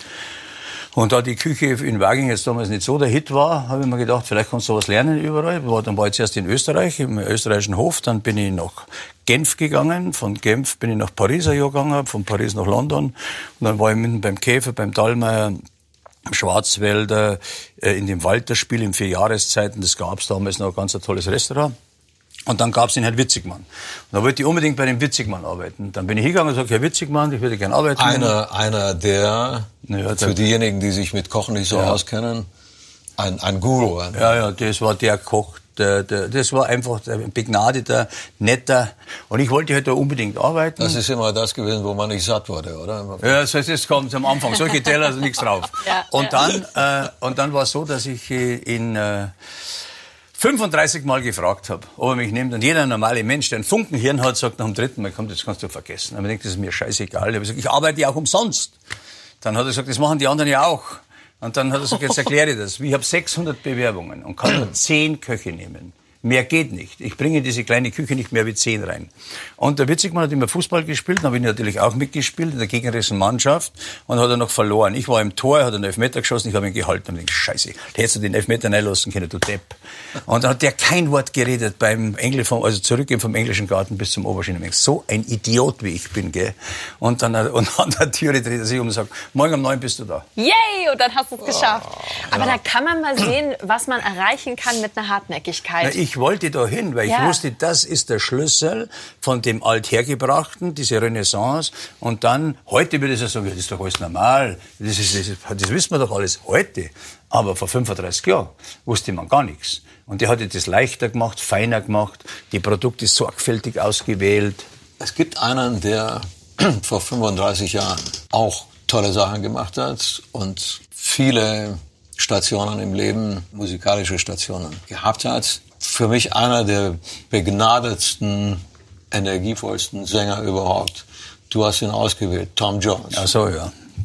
Und da die Küche in Waging jetzt damals nicht so der Hit war, habe ich mir gedacht, vielleicht kannst du was lernen überall. Dann war ich zuerst in Österreich, im österreichischen Hof, dann bin ich nach Genf gegangen, von Genf bin ich nach Paris ein Jahr gegangen, von Paris nach London, und dann war ich mitten beim Käfer, beim Dallmayr, im Schwarzwälder, in dem Walterspiel in vier Jahreszeiten, das gab's damals noch ein ganz tolles Restaurant. Und dann gab's den Herrn Witzigmann. Und da wollte ich unbedingt bei dem Witzigmann arbeiten. Dann bin ich hingegangen und sagte, Herr Witzigmann, ich würde gerne arbeiten. Einer, einer der, ja, für diejenigen, die sich mit Kochen nicht so ja. auskennen, ein, ein Guru. Ein ja, ja, das war der Koch, der, der, das war einfach ein begnadeter, netter. Und ich wollte halt da unbedingt arbeiten. Das ist immer das gewesen, wo man nicht satt wurde, oder? Ja, das, das kommt am Anfang. Solche Teller, also nichts drauf. Ja, und, ja. Dann, äh, und dann war es so, dass ich in... Äh, fünfunddreißig Mal gefragt habe, ob er mich nimmt. Und jeder normale Mensch, der ein Funkenhirn hat, sagt nach dem dritten Mal, komm, das kannst du vergessen. Aber ich denke, das ist mir scheißegal. Ich habe gesagt, ich arbeite ja auch umsonst. Dann hat er gesagt, das machen die anderen ja auch. Und dann hat er gesagt, jetzt erkläre ich das. Ich habe sechshundert Bewerbungen und kann nur zehn Köche nehmen. Mehr geht nicht. Ich bringe diese kleine Küche nicht mehr wie zehn rein. Und der Witzigmann hat immer Fußball gespielt, dann habe ich natürlich auch mitgespielt in der gegnerischen Mannschaft, und hat er noch verloren. Ich war im Tor, er hat einen Elfmeter geschossen, ich habe ihn gehalten und ich dachte, scheiße, hättest du den Elfmeter reinlassen können, du Depp. Und dann hat der kein Wort geredet beim Engl vom, also zurückgehen vom englischen Garten bis zum Oberschienenweg. So ein Idiot wie ich bin, gell. Und dann, und an der Türe dreht er sich um und sagt, morgen um neun bist du da. Yay! Und dann hast du es geschafft. Oh, aber ja. Da kann man mal sehen, was man erreichen kann mit einer Hartnäckigkeit. Na, ich wollte da hin, weil ja. ich wusste, das ist der Schlüssel von dem Althergebrachten, diese Renaissance. Und dann, heute würde ich sagen, das ist doch alles normal. Das, ist, das, ist, das wissen wir doch alles heute. Aber vor fünfunddreißig Jahren wusste man gar nichts. Und der hat das leichter gemacht, feiner gemacht, die Produkte sorgfältig ausgewählt. Es gibt einen, der vor fünfunddreißig Jahren auch tolle Sachen gemacht hat und viele Stationen im Leben, musikalische Stationen gehabt hat. Für mich einer der begnadetsten, energievollsten Sänger überhaupt. Du hast ihn ausgewählt, Tom Jones. Ach so, ja.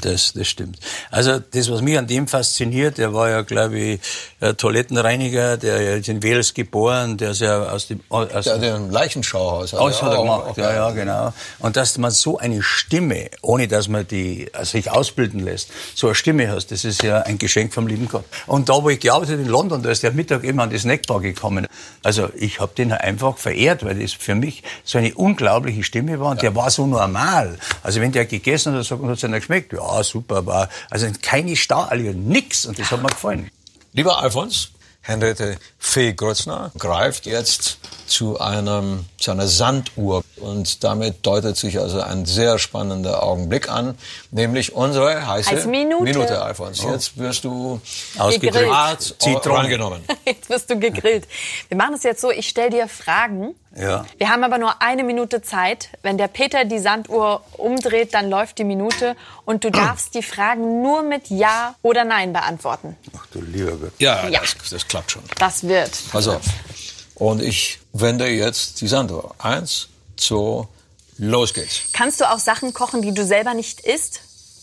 Das, das stimmt. Also das, was mich an dem fasziniert, der war ja, glaube ich, Toilettenreiniger, der ist in Wales geboren, der ist ja aus dem... Aus der hat ein Leichenschauhaus. Alles hat er gemacht, ja, ja, genau. Und dass man so eine Stimme, ohne dass man die also sich ausbilden lässt, so eine Stimme hast, das ist ja ein Geschenk vom lieben Gott. Und da, wo ich gearbeitet habe in London, da ist der Mittag immer an die Snackbar gekommen. Also ich habe den einfach verehrt, weil das für mich so eine unglaubliche Stimme war. Und ja. der war so normal. Also wenn der gegessen hat, hat es einer geschmeckt. Ja, super, war also keine Starallüren, nix. Und das hat mir gefallen. Lieber Alfons, Henriette Fee Grützner greift jetzt zu einem, zu einer Sanduhr. Und damit deutet sich also ein sehr spannender Augenblick an, nämlich unsere heiße, heiße Minute. Minute, Alfons. Oh. Jetzt wirst du ausgegrillt. Zitronen. Jetzt wirst du gegrillt. Wir machen es jetzt so, ich stelle dir Fragen. Ja. Wir haben aber nur eine Minute Zeit. Wenn der Peter die Sanduhr umdreht, dann läuft die Minute. Und du darfst die Fragen nur mit Ja oder Nein beantworten. Ach du lieber Gott. Ja, ja. Das, das klappt schon. Das wird. Pass auf. Und ich wende jetzt die Sanduhr. Eins, zwei, los geht's. Kannst du auch Sachen kochen, die du selber nicht isst?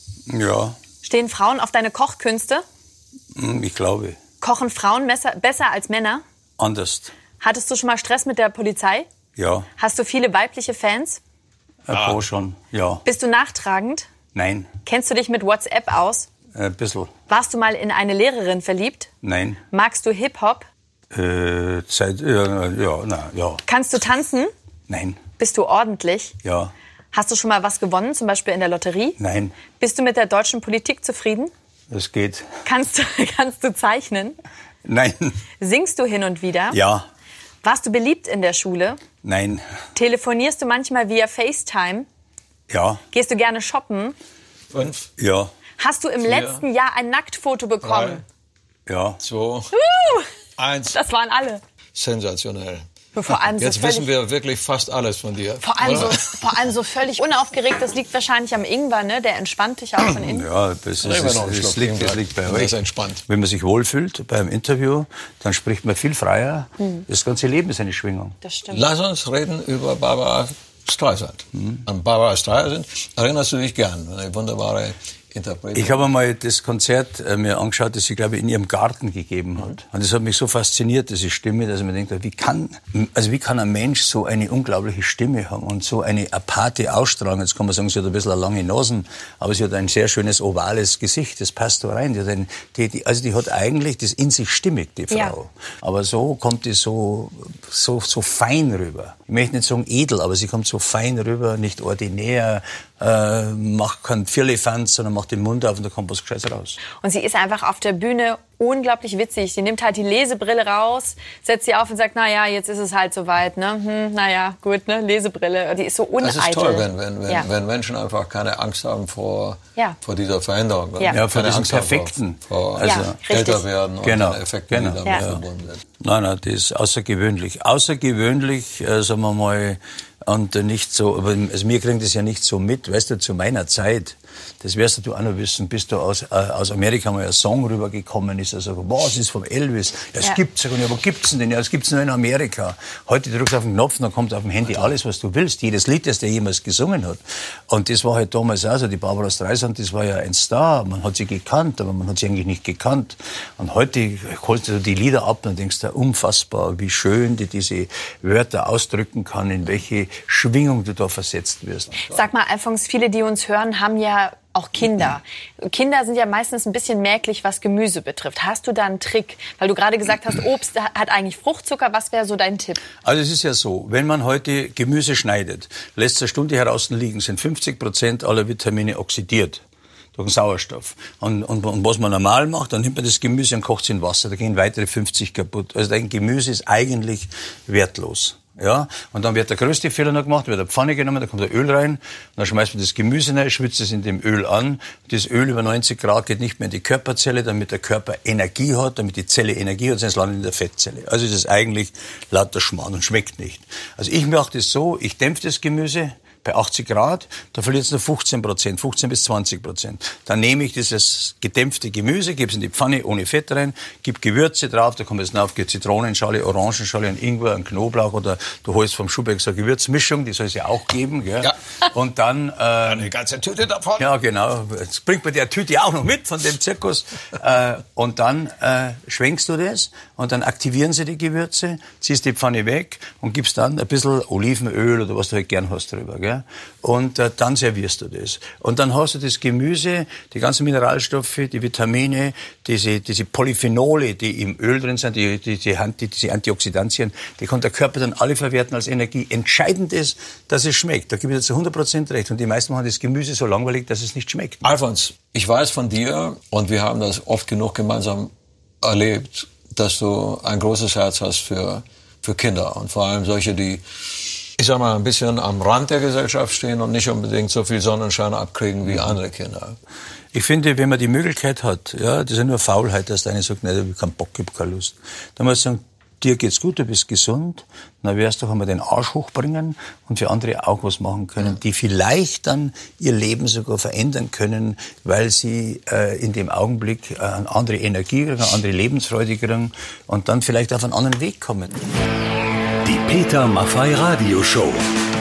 Ja. Stehen Frauen auf deine Kochkünste? Ich glaube. Kochen Frauen besser, besser als Männer? Anders. Hattest du schon mal Stress mit der Polizei? Ja. Hast du viele weibliche Fans? Ein paar ah. schon, ja. Bist du nachtragend? Nein. Kennst du dich mit WhatsApp aus? Ein bisschen. Warst du mal in eine Lehrerin verliebt? Nein. Magst du Hip-Hop? Äh, Zeit, ja, ja, na, ja. Kannst du tanzen? Nein. Bist du ordentlich? Ja. Hast du schon mal was gewonnen, zum Beispiel in der Lotterie? Nein. Bist du mit der deutschen Politik zufrieden? Es geht. Kannst du, kannst du zeichnen? Nein. Singst du hin und wieder? Ja. Warst du beliebt in der Schule? Nein. Telefonierst du manchmal via FaceTime? Ja. Gehst du gerne shoppen? Fünf. Ja. Hast du im Vier. letzten Jahr ein Nacktfoto bekommen? Drei. Ja. Zwei. Uh, Eins. Das waren alle. Sensationell. Vor allem Jetzt so wissen wir wirklich fast alles von dir. Vor allem, so, vor allem so völlig unaufgeregt. Das liegt wahrscheinlich am Ingwer, ne? Der entspannt dich auch von innen. Ja, das, ist, das, das, liegt, das liegt bei euch. Das ist entspannt. Wenn man sich wohlfühlt beim Interview, dann spricht man viel freier. Hm. Das ganze Leben ist eine Schwingung. Das stimmt. Lass uns reden über Barbara Streisand. Hm. An Barbara Streisand erinnerst du dich gern? Eine wunderbare Interpretin. Ich habe einmal das Konzert äh, mir angeschaut, das sie, glaube ich, in ihrem Garten gegeben hat. Mhm. Und das hat mich so fasziniert, diese Stimme, dass ich mir denke, wie kann, also wie kann ein Mensch so eine unglaubliche Stimme haben und so eine aparte Ausstrahlung? Jetzt kann man sagen, sie hat ein bisschen eine lange Nase, aber sie hat ein sehr schönes ovales Gesicht, das passt da rein. Die hat ein, die, die, also die hat eigentlich das in sich stimmig, die Frau. Ja. Aber so kommt die so, so, so fein rüber. Ich möchte nicht sagen edel, aber sie kommt so fein rüber, nicht ordinär, äh, macht keinen Firlefanz, sondern macht den Mund auf und da kommt was Gescheites raus. Und sie ist einfach auf der Bühne unglaublich witzig. Sie nimmt halt die Lesebrille raus, setzt sie auf und sagt, na ja, jetzt ist es halt soweit, ne? Hm, na ja, gut, ne? Lesebrille. Die ist so uneitel. Das ist toll, wenn, wenn, wenn, ja. wenn Menschen einfach keine Angst haben vor, ja. vor dieser Veränderung. Ja, ja vor diesem Perfekten. Vor, vor also ja, älter werden und genau. den Effekten, genau. die damit ja. verbunden sind. Nein, nein, das ist außergewöhnlich. Außergewöhnlich, äh, sagen wir mal, und nicht so, aber also wir kriegen das ja nicht so mit, weißt du, zu meiner Zeit, das wirst du auch noch wissen, bis du aus, äh, aus Amerika mal ein Song rübergekommen ist, also, was ist vom Elvis? Ja, es ja. gibt's, ja, wo gibt's denn? Ja, es gibt's nur in Amerika. Heute drückst du auf den Knopf, dann kommt auf dem Handy alles, was du willst, jedes Lied, das der jemals gesungen hat. Und das war halt damals auch so, die Barbara Streisand, das war ja ein Star, man hat sie gekannt, aber man hat sie eigentlich nicht gekannt. Und heute holst du die Lieder ab und denkst, da unfassbar, wie schön die diese Wörter ausdrücken kann, in welche Schwingung du da versetzt wirst. Sag mal, Alfons, viele, die uns hören, haben ja auch Kinder. Kinder sind ja meistens ein bisschen mäglich, was Gemüse betrifft. Hast du da einen Trick? Weil du gerade gesagt hast, Obst hat eigentlich Fruchtzucker. Was wäre so dein Tipp? Also es ist ja so, wenn man heute Gemüse schneidet, lässt es eine Stunde heraus liegen, sind fünfzig Prozent aller Vitamine oxidiert durch den Sauerstoff. Und, und, und was man normal macht, dann nimmt man das Gemüse und kocht es in Wasser. Da gehen weitere fünfzig kaputt. Also dein Gemüse ist eigentlich wertlos. Ja, und dann wird der größte Fehler noch gemacht, wird eine Pfanne genommen, da kommt der Öl rein, und dann schmeißt man das Gemüse rein, schwitzt es in dem Öl an. Das Öl über neunzig Grad geht nicht mehr in die Körperzelle, damit der Körper Energie hat, damit die Zelle Energie hat, sondern es landet in der Fettzelle. Also ist es eigentlich lauter Schmarrn und schmeckt nicht. Also ich mache das so, ich dämpfe das Gemüse, bei achtzig Grad, da verliert es nur fünfzehn Prozent, fünfzehn bis zwanzig Prozent. Dann nehme ich dieses gedämpfte Gemüse, gebe es in die Pfanne ohne Fett rein, gebe Gewürze drauf, da kommt jetzt drauf, Zitronenschale, Orangenschale, ein Ingwer, ein Knoblauch oder du holst vom Schuhbeck so eine Gewürzmischung, die soll es ja auch geben. Gell? Ja. Und dann... Äh, eine ganze Tüte davon. Ja, genau. Jetzt bringt man der Tüte auch noch mit von dem Zirkus. äh, und dann äh, schwenkst du das und dann aktivieren sie die Gewürze, ziehst die Pfanne weg und gibst dann ein bisschen Olivenöl oder was du halt gern hast drüber. Gell? Und äh, dann servierst du das. Und dann hast du das Gemüse, die ganzen Mineralstoffe, die Vitamine, diese, diese Polyphenole, die im Öl drin sind, die, die, die, die, diese Antioxidantien, die kann der Körper dann alle verwerten als Energie. Entscheidend ist, dass es schmeckt. Da gebe ich dir zu hundert Prozent recht. Und die meisten machen das Gemüse so langweilig, dass es nicht schmeckt. Alfons, ich weiß von dir, und wir haben das oft genug gemeinsam erlebt, dass du ein großes Herz hast für, für Kinder. Und vor allem solche, die, ich sag mal, ein bisschen am Rand der Gesellschaft stehen und nicht unbedingt so viel Sonnenschein abkriegen wie andere Kinder. Ich finde, wenn man die Möglichkeit hat, ja, das ist ja nur Faulheit, dass der eine sagt, nein, ich habe keinen Bock, ich habe keine Lust. Dann muss ich sagen, dir geht's gut, du bist gesund, dann wirst du doch einmal den Arsch hochbringen und für andere auch was machen können, die vielleicht dann ihr Leben sogar verändern können, weil sie äh, in dem Augenblick äh, eine andere Energie kriegen, eine andere Lebensfreude kriegen und dann vielleicht auf einen anderen Weg kommen. Die Peter Maffay Radioshow.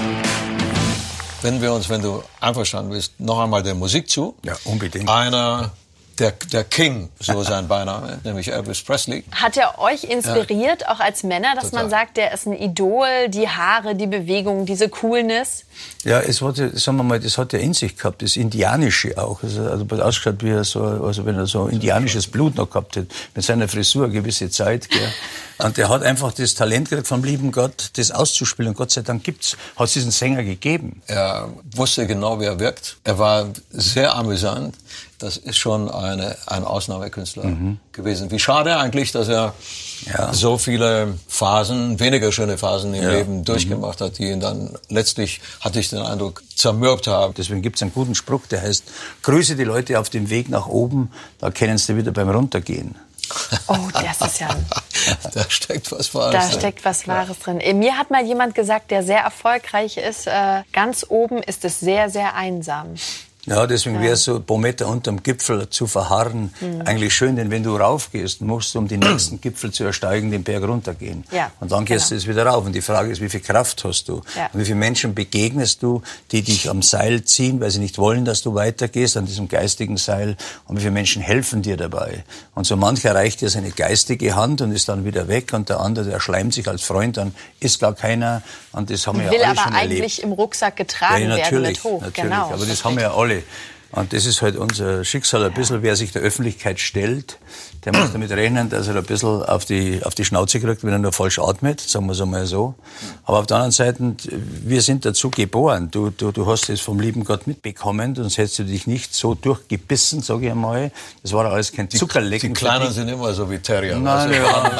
Wenden wir uns, wenn du einverstanden bist, noch einmal der Musik zu. Ja, unbedingt. Einer, der, der King, so sein Beiname, nämlich Elvis Presley. Hat er euch inspiriert, ja. auch als Männer, dass Total. man sagt, der ist ein Idol, die Haare, die Bewegung, diese Coolness? Ja, es hat ja, sagen wir mal, das hat er in sich gehabt, das Indianische auch. Also, also hat ausgeschaut, wie er so, also wenn er so indianisches Blut noch gehabt hat, mit seiner Frisur eine gewisse Zeit, gell. Und er hat einfach das Talent gekriegt vom lieben Gott, das auszuspielen. Und Gott sei Dank gibt's, hat es diesen Sänger gegeben. Er wusste genau, wie er wirkt. Er war sehr amüsant. Das ist schon eine, ein Ausnahmekünstler mhm. gewesen. Wie schade eigentlich, dass er ja. so viele Phasen, weniger schöne Phasen im ja. Leben durchgemacht mhm. hat, die ihn dann letztlich, hatte ich den Eindruck, zermürbt haben. Deswegen gibt's einen guten Spruch, der heißt, grüße die Leute auf dem Weg nach oben, da kennen sie wieder beim Runtergehen. Oh, das ist ja... Da steckt was Wahres da drin. Da steckt was Wahres ja. drin. Mir hat mal jemand gesagt, der sehr erfolgreich ist, äh, ganz oben ist es sehr, sehr einsam. Ja, deswegen wäre so ein paar Meter unterm Gipfel zu verharren mhm. eigentlich schön, denn wenn du raufgehst, musst du, um den nächsten Gipfel zu ersteigen, den Berg runtergehen. Ja, und dann gehst genau. du es wieder rauf. Und die Frage ist, wie viel Kraft hast du? Ja. Und wie viele Menschen begegnest du, die dich am Seil ziehen, weil sie nicht wollen, dass du weitergehst, an diesem geistigen Seil? Und wie viele Menschen helfen dir dabei? Und so mancher erreicht dir seine geistige Hand und ist dann wieder weg. Und der andere, der schleimt sich als Freund, dann ist gar keiner. Und das haben wir ja alle schon erlebt. Will aber eigentlich im Rucksack getragen ja, werden mit hoch. Natürlich, genau. aber das haben wir ja alle. Und das ist halt unser Schicksal ein bisschen, wer sich der Öffentlichkeit stellt, der muss damit rechnen, dass er ein bisschen auf die, auf die Schnauze kriegt, wenn er nur falsch atmet, sagen wir es einmal so. Aber auf der anderen Seite, wir sind dazu geboren. Du, du, du hast es vom lieben Gott mitbekommen, sonst hättest du dich nicht so durchgebissen, sage ich einmal. Das war alles kein Zuckerlecken. Die Kleinen sind immer so wie Terrier. Nein, ja.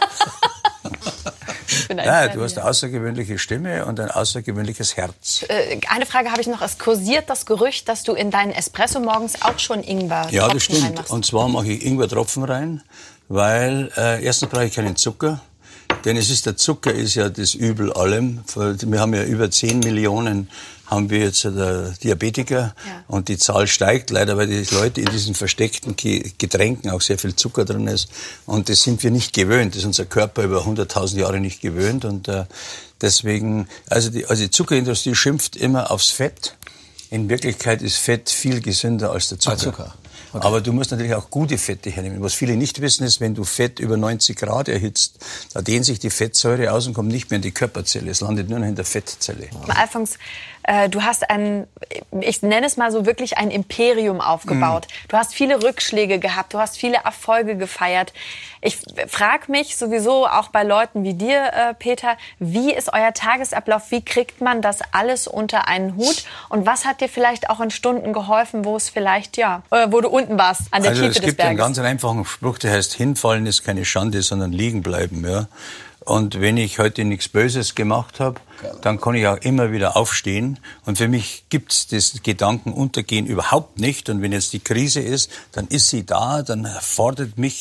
Ja, du hast hier. eine außergewöhnliche Stimme und ein außergewöhnliches Herz. Äh, eine Frage habe ich noch. Es kursiert das Gerücht, dass du in deinen Espresso morgens auch schon Ingwer-Tropfen Ja, das stimmt. reinmachst. Und zwar mache ich Ingwer-Tropfen rein, weil äh, erstens brauche ich keinen Zucker. Denn es ist, der Zucker ist ja das Übel allem. Wir haben ja über zehn Millionen haben wir jetzt der Diabetiker ja. und die Zahl steigt leider, weil die Leute in diesen versteckten Getränken auch sehr viel Zucker drin ist und das sind wir nicht gewöhnt, das ist unser Körper über hunderttausend Jahre nicht gewöhnt und äh, deswegen, also die, also die Zuckerindustrie schimpft immer aufs Fett, in Wirklichkeit ist Fett viel gesünder als der Zucker. Zucker. Okay. Aber du musst natürlich auch gute Fette hernehmen. Was viele nicht wissen ist, wenn du Fett über neunzig Grad erhitzt, da dehnt sich die Fettsäure aus und kommt nicht mehr in die Körperzelle. Es landet nur noch in der Fettzelle. Alfons, äh, du hast ein, ich nenne es mal so wirklich ein Imperium aufgebaut. Mm. Du hast viele Rückschläge gehabt, du hast viele Erfolge gefeiert. Ich frage mich sowieso auch bei Leuten wie dir, äh, Peter, wie ist euer Tagesablauf? Wie kriegt man das alles unter einen Hut? Und was hat dir vielleicht auch in Stunden geholfen, wo es vielleicht, ja, äh, wo du unten warst, an der also Tiefe des Berges? Es gibt einen ganz einfachen Spruch, der heißt, hinfallen ist keine Schande, sondern liegen bleiben. Ja. Und wenn ich heute nichts Böses gemacht habe, dann kann ich auch immer wieder aufstehen. Und für mich gibt's das Gedankenuntergehen überhaupt nicht. Und wenn jetzt die Krise ist, dann ist sie da, dann fordert mich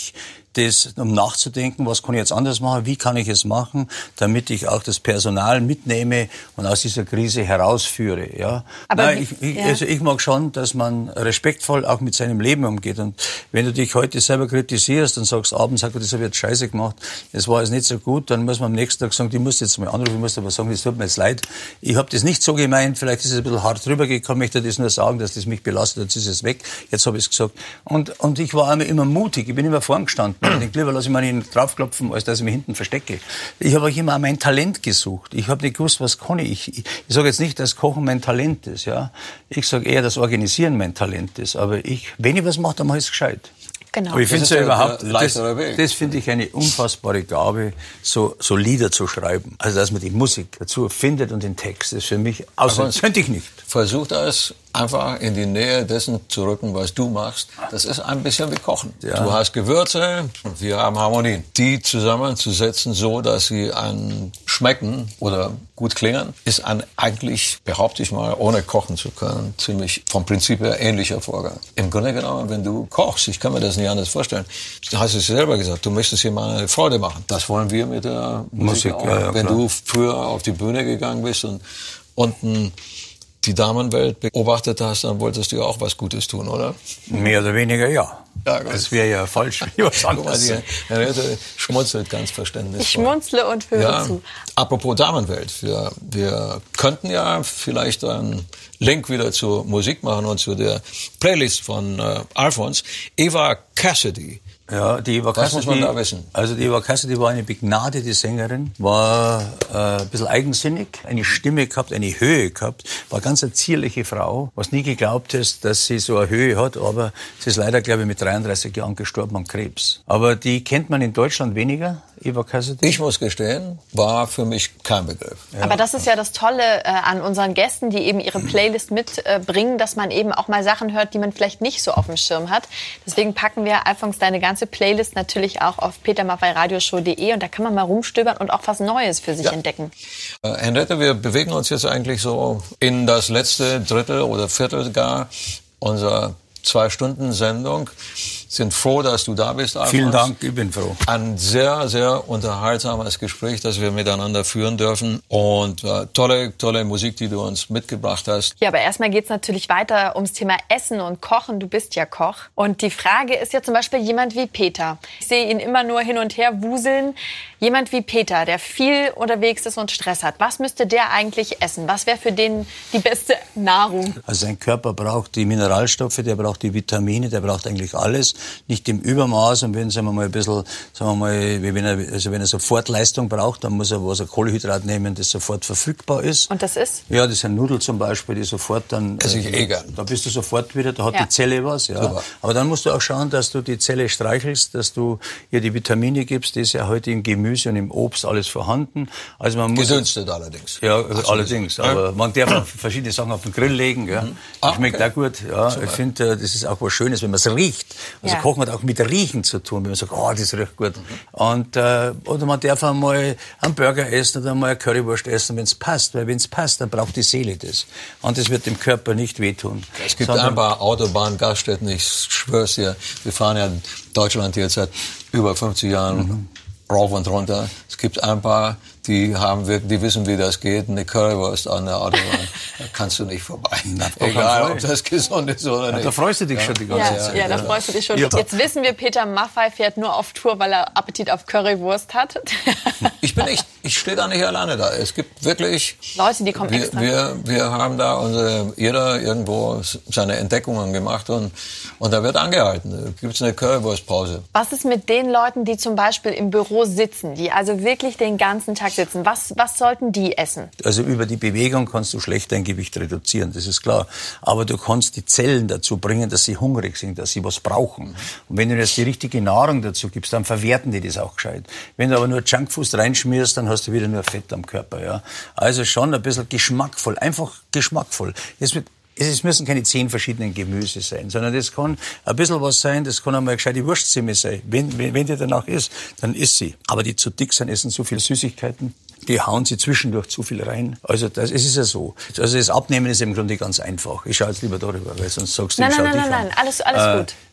das, um nachzudenken, was kann ich jetzt anders machen, wie kann ich es machen, damit ich auch das Personal mitnehme und aus dieser Krise herausführe. Ja. Aber Nein, wie, ich, ich, ja. also ich mag schon, dass man respektvoll auch mit seinem Leben umgeht. Und wenn du dich heute selber kritisierst und sagst, abends, sag, das habe ich jetzt scheiße gemacht, das war jetzt nicht so gut, dann muss man am nächsten Tag sagen, die muss jetzt mal anrufen, ich muss aber sagen, das tut mir jetzt leid. Ich habe das nicht so gemeint, vielleicht ist es ein bisschen hart rübergekommen, ich möchte das nur sagen, dass das mich belastet, jetzt ist es weg, jetzt habe ich es gesagt. Und, und ich war immer, immer mutig, ich bin immer vorgestanden. Ich denke, lieber lasse ich mir nicht draufklopfen, als dass ich mich hinten verstecke. Ich habe auch immer mein Talent gesucht. Ich habe nicht gewusst, was kann ich. Ich, ich sage jetzt nicht, dass Kochen mein Talent ist. Ja. Ich sage eher, dass Organisieren mein Talent ist. Aber ich, wenn ich was mache, dann mache ich es gescheit. Genau. Aber ich finde es ja überhaupt, das, Weg. das finde ich eine unfassbare Gabe, so, so Lieder zu schreiben. Also, dass man die Musik dazu findet und den Text, das ist für mich, außer, das könnte ich nicht. Versuch das einfach in die Nähe dessen zu rücken, was du machst. Das ist ein bisschen wie Kochen. Ja. Du hast Gewürze und wir haben Harmonien. Die zusammenzusetzen, so dass sie an schmecken oder gut klingen, ist ein eigentlich, behaupte ich mal, ohne kochen zu können, ziemlich vom Prinzip her ähnlicher Vorgang. Im Grunde genommen, wenn du kochst, ich kann mir das nicht anders vorstellen, du hast es selber gesagt, du möchtest hier mal eine Freude machen. Das wollen wir mit der Musik, Musik auch. Ja, ja, wenn klar. du früher auf die Bühne gegangen bist und unten die Damenwelt beobachtet hast, dann wolltest du ja auch was Gutes tun, oder? Mehr oder weniger, ja. Ja, das wäre ja falsch. Was anderes. Henriette schmunzelt ganz verständnisvoll. Ich schmunzle und höre ja, zu. Apropos Damenwelt, wir, wir könnten ja vielleicht einen Link wieder zur Musik machen und zu der Playlist von äh, Alfons. Eva Cassidy. Ja, die Eva Cassidy, was muss man da wissen? Also die Eva Cassidy war eine begnadete Sängerin, war äh, ein bisschen eigensinnig, eine Stimme gehabt, eine Höhe gehabt, war ganz eine zierliche Frau, was nie geglaubt ist, dass sie so eine Höhe hat, aber sie ist leider, glaube ich, mit dreiunddreißig Jahren gestorben an Krebs. Aber die kennt man in Deutschland weniger, Eva Cassidy. Ich muss gestehen, war für mich kein Begriff. Ja. Aber das ist ja das Tolle äh, an unseren Gästen, die eben ihre Playlist mitbringen, äh, dass man eben auch mal Sachen hört, die man vielleicht nicht so auf dem Schirm hat. Deswegen packen wir Alfons deine ganze Playlist natürlich auch auf peter maffay radioshow punkt de und da kann man mal rumstöbern und auch was Neues für sich ja. entdecken. Äh, Henriette, wir bewegen uns jetzt eigentlich so in das letzte Drittel oder Viertel gar unserer Zwei-Stunden-Sendung. Sind froh, dass du da bist, Alfons. Vielen Dank, ich bin froh. Ein sehr, sehr unterhaltsames Gespräch, das wir miteinander führen dürfen. Und äh, tolle, tolle Musik, die du uns mitgebracht hast. Ja, aber erstmal geht's natürlich weiter ums Thema Essen und Kochen. Du bist ja Koch. Und die Frage ist ja zum Beispiel jemand wie Peter. Ich sehe ihn immer nur hin und her wuseln. Jemand wie Peter, der viel unterwegs ist und Stress hat. Was müsste der eigentlich essen? Was wäre für den die beste Nahrung? Also sein Körper braucht die Mineralstoffe, der braucht die Vitamine, der braucht eigentlich alles. Nicht im Übermaß, und wenn, sagen wir mal, ein bisschen, sagen wir mal, wenn er, also wenn er sofort Leistung braucht, dann muss er was, ein Kohlenhydrat nehmen, das sofort verfügbar ist. Und das ist? Ja, das sind Nudeln zum Beispiel, die sofort dann, das ist eh gern. Da bist du sofort wieder, da hat ja. die Zelle was, ja. Super. Aber dann musst du auch schauen, dass du die Zelle streichelst, dass du ihr die Vitamine gibst, die ist ja heute im Gemüse und im Obst alles vorhanden. Also man muss. Gedünstet allerdings. Ja, Absolut. allerdings. Aber man darf verschiedene Sachen auf den Grill legen, ja. Mhm. Ah, schmeckt okay. auch gut, ja. Super. Ich finde, das ist auch was Schönes, wenn man es riecht. Also ja. Kochen hat auch mit Riechen zu tun, wenn man sagt, oh, das riecht gut. Mhm. Und, äh, oder man darf einmal einen Burger essen oder einmal eine Currywurst essen, wenn es passt. Weil wenn es passt, dann braucht die Seele das. Und das wird dem Körper nicht wehtun. Es gibt ein paar Autobahn-Gaststätten, ich schwör's dir, wir fahren ja in Deutschland jetzt seit über fünfzig Jahren mhm. rauf und runter. Es gibt ein paar, die haben wirklich, die wissen, wie das geht. Eine Currywurst an der Autobahn, da kannst du nicht vorbei. Na, egal, ob das gesund ist oder ja, nicht. Da freust du dich ja. schon die ganze ja, Zeit. Ja, da freust du dich schon. Ja. Jetzt wissen wir, Peter Maffay fährt nur auf Tour, weil er Appetit auf Currywurst hat. Ich bin nicht, ich stehe da nicht alleine da. Es gibt wirklich Leute, die kommen wir, extra. Wir, wir haben da unsere, jeder irgendwo seine Entdeckungen gemacht und, und da wird angehalten. Da gibt's eine Currywurstpause. Was ist mit den Leuten, die zum Beispiel im Büro sitzen, die also wirklich den ganzen Tag sitzen? Was, was sollten die essen? Also über die Bewegung kannst du schlecht dein Gewicht reduzieren, das ist klar. Aber du kannst die Zellen dazu bringen, dass sie hungrig sind, dass sie was brauchen. Und wenn du jetzt die richtige Nahrung dazu gibst, dann verwerten die das auch gescheit. Wenn du aber nur Junkfood reinschmierst, dann hast du wieder nur Fett am Körper. Ja. Also schon ein bisschen geschmackvoll, einfach geschmackvoll. Es wird Es müssen keine zehn verschiedenen Gemüse sein, sondern das kann ein bisschen was sein, das kann einmal eine gescheite Wurstzimmer sein. Wenn, wenn, wenn die danach ist, dann isst sie. Aber die zu dick sind, essen zu viel Süßigkeiten. Die hauen sie zwischendurch zu viel rein. Also das, es ist ja so. Also das Abnehmen ist im Grunde ganz einfach. Ich schaue jetzt lieber darüber, weil sonst sagst du, nein, ich schau nein, dich nein, an. Nein, nein, alles, alles äh, gut.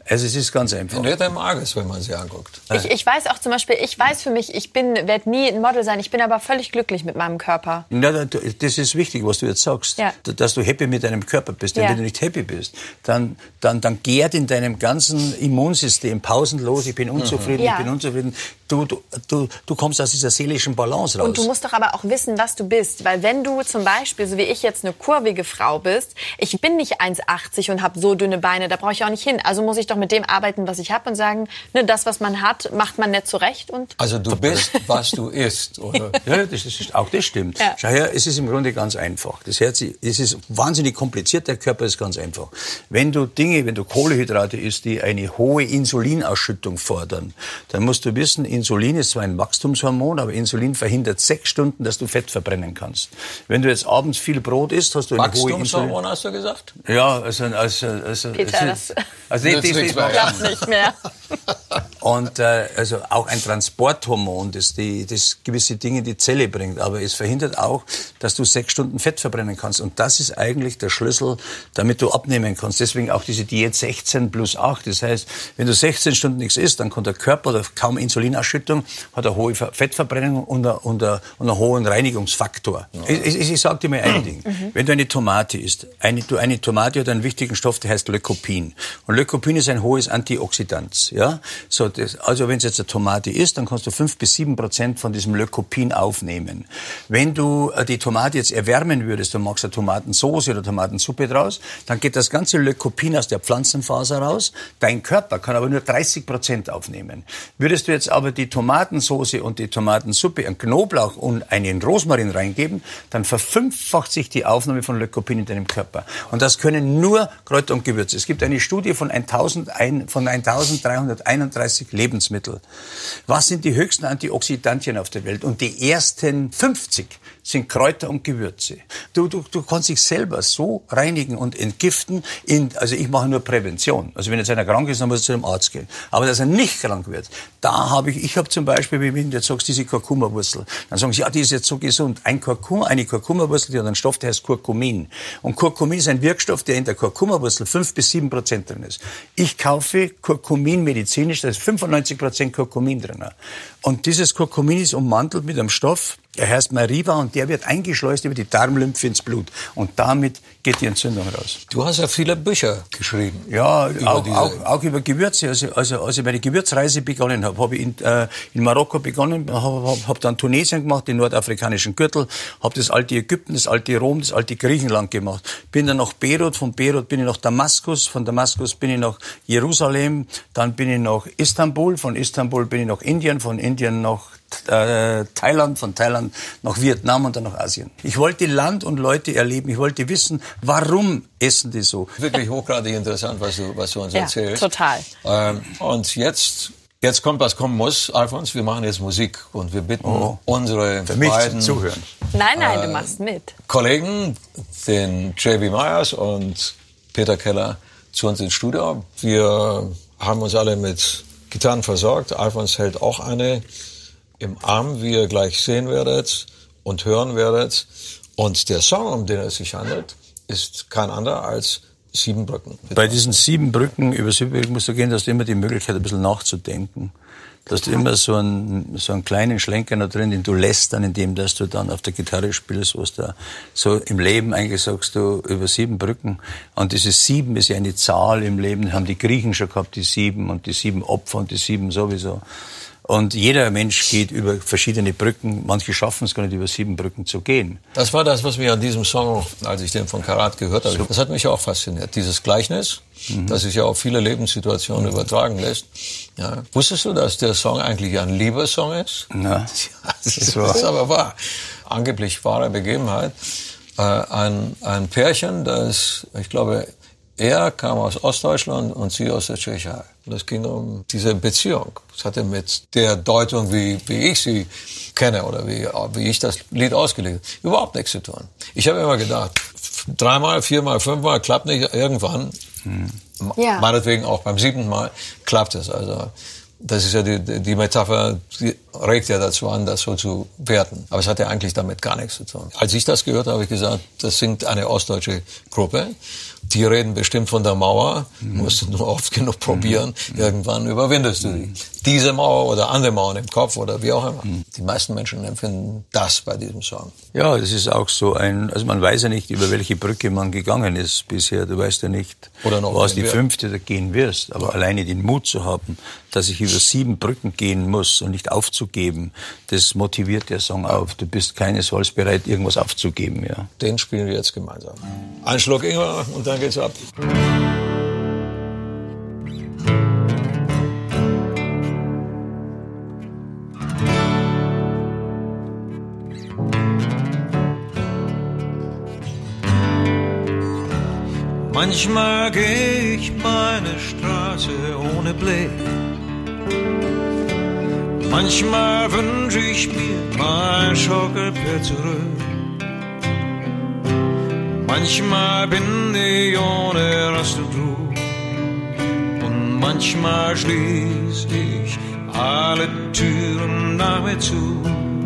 Also es ist ganz einfach. Henrietta mag es, wenn man sie anguckt. Ich, ich weiß auch zum Beispiel, ich weiß für mich, ich bin, werde nie ein Model sein, ich bin aber völlig glücklich mit meinem Körper. Ja, das ist wichtig, was du jetzt sagst, ja. dass du happy mit deinem Körper bist. Denn ja. wenn du nicht happy bist, dann, dann, dann gärt in deinem ganzen Immunsystem pausenlos, ich bin unzufrieden, ja. ich bin unzufrieden. Du, du, du, du kommst aus dieser seelischen Balance raus. Und du musst doch aber auch wissen, was du bist. Weil wenn du zum Beispiel, so wie ich jetzt, eine kurvige Frau bist, ich bin nicht eins achtzig und habe so dünne Beine, da brauche ich auch nicht hin. Also muss ich doch mit dem arbeiten, was ich habe und sagen, ne, das, was man hat, macht man nicht zurecht. Und also du bist, was du isst, oder? Ja, das ist, auch das stimmt. Ja. Schau her, es ist im Grunde ganz einfach. Das Herz, es ist wahnsinnig kompliziert, der Körper ist ganz einfach. Wenn du Dinge, wenn du Kohlenhydrate isst, die eine hohe Insulinausschüttung fordern, dann musst du wissen, Insulin ist zwar ein Wachstumshormon, aber Insulin verhindert sechs Stunden, dass du Fett verbrennen kannst. Wenn du jetzt abends viel Brot isst, hast du eine hohe Insulin... Wachstumshormon, hast du gesagt? Ja, also... also, also Peter, das also, also, das nicht mehr, klappt nicht mehr. Und äh, also auch ein Transporthormon, das, die, das gewisse Dinge in die Zelle bringt. Aber es verhindert auch, dass du sechs Stunden Fett verbrennen kannst. Und das ist eigentlich der Schlüssel, damit du abnehmen kannst. Deswegen auch diese Diät sechzehn plus acht. Das heißt, wenn du sechzehn Stunden nichts isst, dann kann der Körper, oder kaum Insulinausschüttung, hat eine hohe Fettverbrennung und, eine, und, eine, und einen hohen Reinigungsfaktor. Ja. Ich, ich, ich sage dir mal ein Ding. Mhm. Wenn du eine Tomate isst, eine, du, eine Tomate hat einen wichtigen Stoff, der heißt Lycopin. Und Lycopin ist ein hohes Antioxidant. Ja? So, das, also wenn du jetzt eine Tomate isst, dann kannst du fünf bis sieben Prozent von diesem Lycopin aufnehmen. Wenn du die Tomate jetzt erwärmen würdest, du machst eine Tomatensauce oder Tomatensuppe draus, dann geht das ganze Lycopin aus der Pflanzenfaser raus. Dein Körper kann aber nur dreißig Prozent aufnehmen. Würdest du jetzt aber die Tomatensauce und die Tomatensuppe, einen Knoblauch und einen Rosmarin reingeben, dann verfünffacht sich die Aufnahme von Lycopin in deinem Körper. Und das können nur Kräuter und Gewürze. Es gibt eine Studie von, von eintausenddreihunderteinunddreißig Lebensmitteln. Was sind die höchsten Antioxidantien auf der Welt? Und die ersten fünfzig sind Kräuter und Gewürze. Du, du, du kannst dich selber so reinigen und entgiften. In, also ich mache nur Prävention. Also wenn jetzt einer krank ist, dann muss er zu dem Arzt gehen. Aber dass er nicht krank wird, da habe ich, ich habe zum Beispiel, wenn du jetzt sagst, diese Kurkuma-Wurzel, dann sagen sie, ja, die ist jetzt so gesund. Ein Kurkuma, eine Kurkuma-Wurzel, die hat einen Stoff, der heißt Kurkumin. Und Kurkumin ist ein Wirkstoff, der in der Kurkuma-Wurzel fünf bis sieben Prozent drin ist. Ich kaufe Kurkumin medizinisch, da ist fünfundneunzig Prozent Kurkumin drin. Und dieses Kurkumin ist ummantelt mit einem Stoff, der heißt Mariva, und der wird eingeschleust über die Darmlymphe ins Blut. Und damit geht die Entzündung raus. Du hast ja viele Bücher geschrieben. Ja, auch, auch, auch über Gewürze. Also, also als ich meine Gewürzreise begonnen habe, habe ich in, äh, in Marokko begonnen, habe hab, hab dann Tunesien gemacht, den nordafrikanischen Gürtel, habe das alte Ägypten, das alte Rom, das alte Griechenland gemacht. Bin dann nach Beirut, von Beirut bin ich nach Damaskus, von Damaskus bin ich nach Jerusalem, dann bin ich nach Istanbul, von Istanbul bin ich nach Indien, von Indien nach Äh, Thailand, von Thailand nach Vietnam und dann nach Asien. Ich wollte Land und Leute erleben. Ich wollte wissen, warum essen die so. Wirklich hochgradig interessant, was du, was du uns ja, erzählst. Total. Ähm, und jetzt, jetzt kommt, was kommen muss, Alfons. Wir machen jetzt Musik und wir bitten oh, unsere für mich beiden zum Zuhören. Nein, nein, äh, du machst mit. Kollegen, den J B. Myers und Peter Keller, zu uns ins Studio. Wir haben uns alle mit Gitarren versorgt. Alfons hält auch eine im Arm, wie ihr gleich sehen werdet und hören werdet. Und der Song, um den es sich handelt, ist kein anderer als Sieben Brücken. Bei diesen sieben Brücken, über sieben Brücken musst du gehen, dass du immer die Möglichkeit, ein bisschen nachzudenken. Dass du immer so einen, so einen kleinen Schlenker noch drin, den du lässt dann, indem dass du dann auf der Gitarre spielst, was da so im Leben eigentlich sagst du über sieben Brücken. Und dieses Sieben ist ja eine Zahl im Leben, haben die Griechen schon gehabt, die sieben und die sieben Opfer und die sieben sowieso. Und jeder Mensch geht über verschiedene Brücken. Manche schaffen es gar nicht, über sieben Brücken zu gehen. Das war das, was mich an diesem Song, als ich den von Karat gehört habe, das hat mich auch fasziniert. Dieses Gleichnis, mhm. das sich ja auf viele Lebenssituationen mhm. übertragen lässt. Ja. Wusstest du, dass der Song eigentlich ein Liebessong ist? Na, das ist, das ist aber wahr. Angeblich wahre Begebenheit. Äh, ein, ein Pärchen, das, ich glaube, er kam aus Ostdeutschland und sie aus der Tschechei. Und es ging um diese Beziehung. Es hatte mit der Deutung, wie, wie ich sie kenne oder wie, wie ich das Lied ausgelegt habe, überhaupt nichts zu tun. Ich habe immer gedacht, dreimal, viermal, fünfmal klappt nicht, irgendwann, hm. ja. meinetwegen auch beim siebten Mal, klappt es. Also das ist ja die, die Metapher, die regt ja dazu an, das so zu werten. Aber es hat ja eigentlich damit gar nichts zu tun. Als ich das gehört habe, habe ich gesagt, das singt eine ostdeutsche Gruppe. Die reden bestimmt von der Mauer, mhm. musst du nur oft genug probieren, mhm. irgendwann überwindest du die. Diese Mauer oder andere Mauern im Kopf oder wie auch immer. Mhm. Die meisten Menschen empfinden das bei diesem Song. Ja, das ist auch so ein, also man weiß ja nicht, über welche Brücke man gegangen ist bisher. Du weißt ja nicht, oder noch was die wird. fünfte da gehen wirst. Aber ja. alleine den Mut zu haben, dass ich über sieben Brücken gehen muss und nicht aufzugeben, das motiviert der Song auf. Du bist keinesfalls bereit, irgendwas aufzugeben. Ja. Den spielen wir jetzt gemeinsam. Ein Schluck Ingwer und dann geht's ab. Manchmal geh ich meine Straße ohne Blick. Manchmal wünsch ich mir mein Schaukelpferd zurück. Manchmal bin ich ohne Rast und Ruhe. Und manchmal schließ ich alle Türen nach mir zu.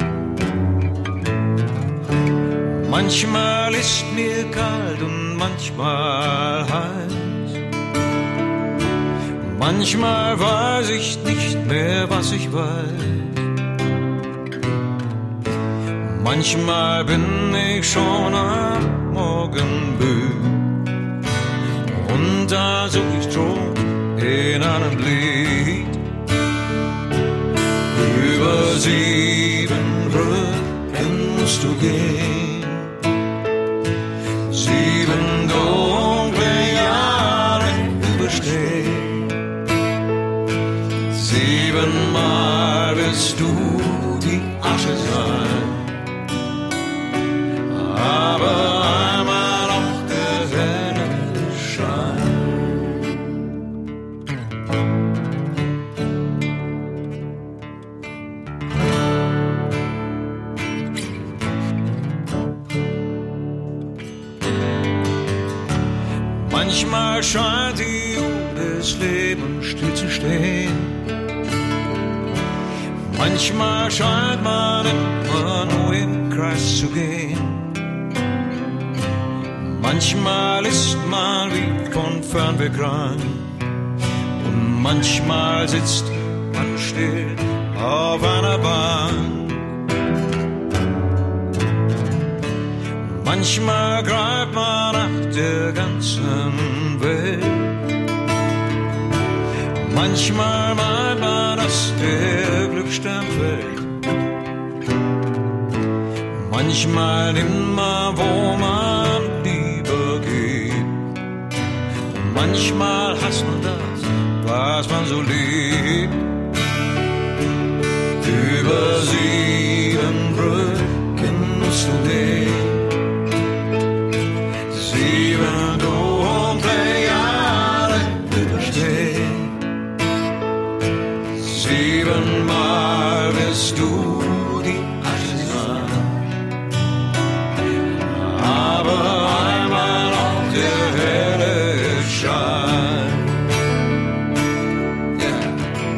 Manchmal ist mir kalt und manchmal heiß. Manchmal weiß ich nicht mehr, was ich weiß. Manchmal bin ich schon am Morgen müde. Und da such ich schon in einem Lied. Über sieben Brücken musst du gehen. Sieben dunkle Jahre überstehen. Siebenmal wirst du die Asche sein. Aber einmal auch der helle Schein. Manchmal scheint die Uhr des Lebens still zu stehen. Manchmal scheint man immer nur im Kreis zu gehen. Manchmal ist man wie von fern wegrein. Und manchmal sitzt man still auf einer Bahn. Manchmal greift man nach der ganzen Welt. Manchmal meint man, dass der Glücksstern fällt. Manchmal nimmt man, wo man lieber geht. Und manchmal hasst man das, was man so liebt. Über sieben Brücken musst du gehen. Sieben dunkle Jahre überstehen. Siebenmal wirst du die Asche sein. Aber einmal auch der helle Schein. Yeah.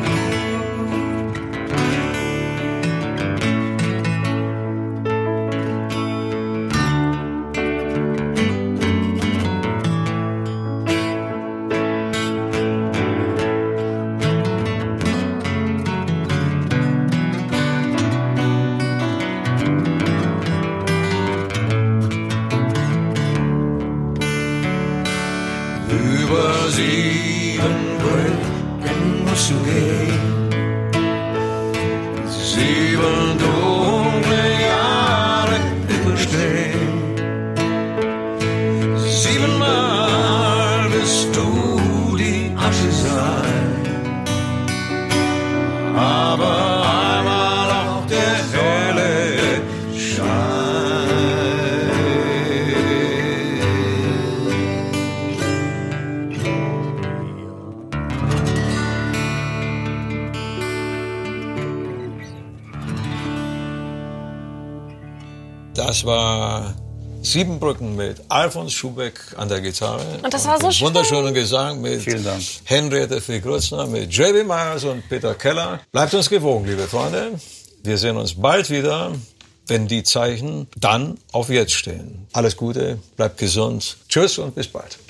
Über sieben Brücken musst du gehen. Sieben dunkle Jahre überstehen. Siebenmal wirst du die Asche sein. Aber einmal auch der helle Schein. Das war Siebenbrücken mit Alfons Schubeck an der Gitarre. Und das war so schön. Wunderschöner Gesang mit Henriette Fee-Grützner, mit J B. Myers und Peter Keller. Bleibt uns gewogen, liebe Freunde. Wir sehen uns bald wieder, wenn die Zeichen dann auf jetzt stehen. Alles Gute, bleibt gesund. Tschüss und bis bald.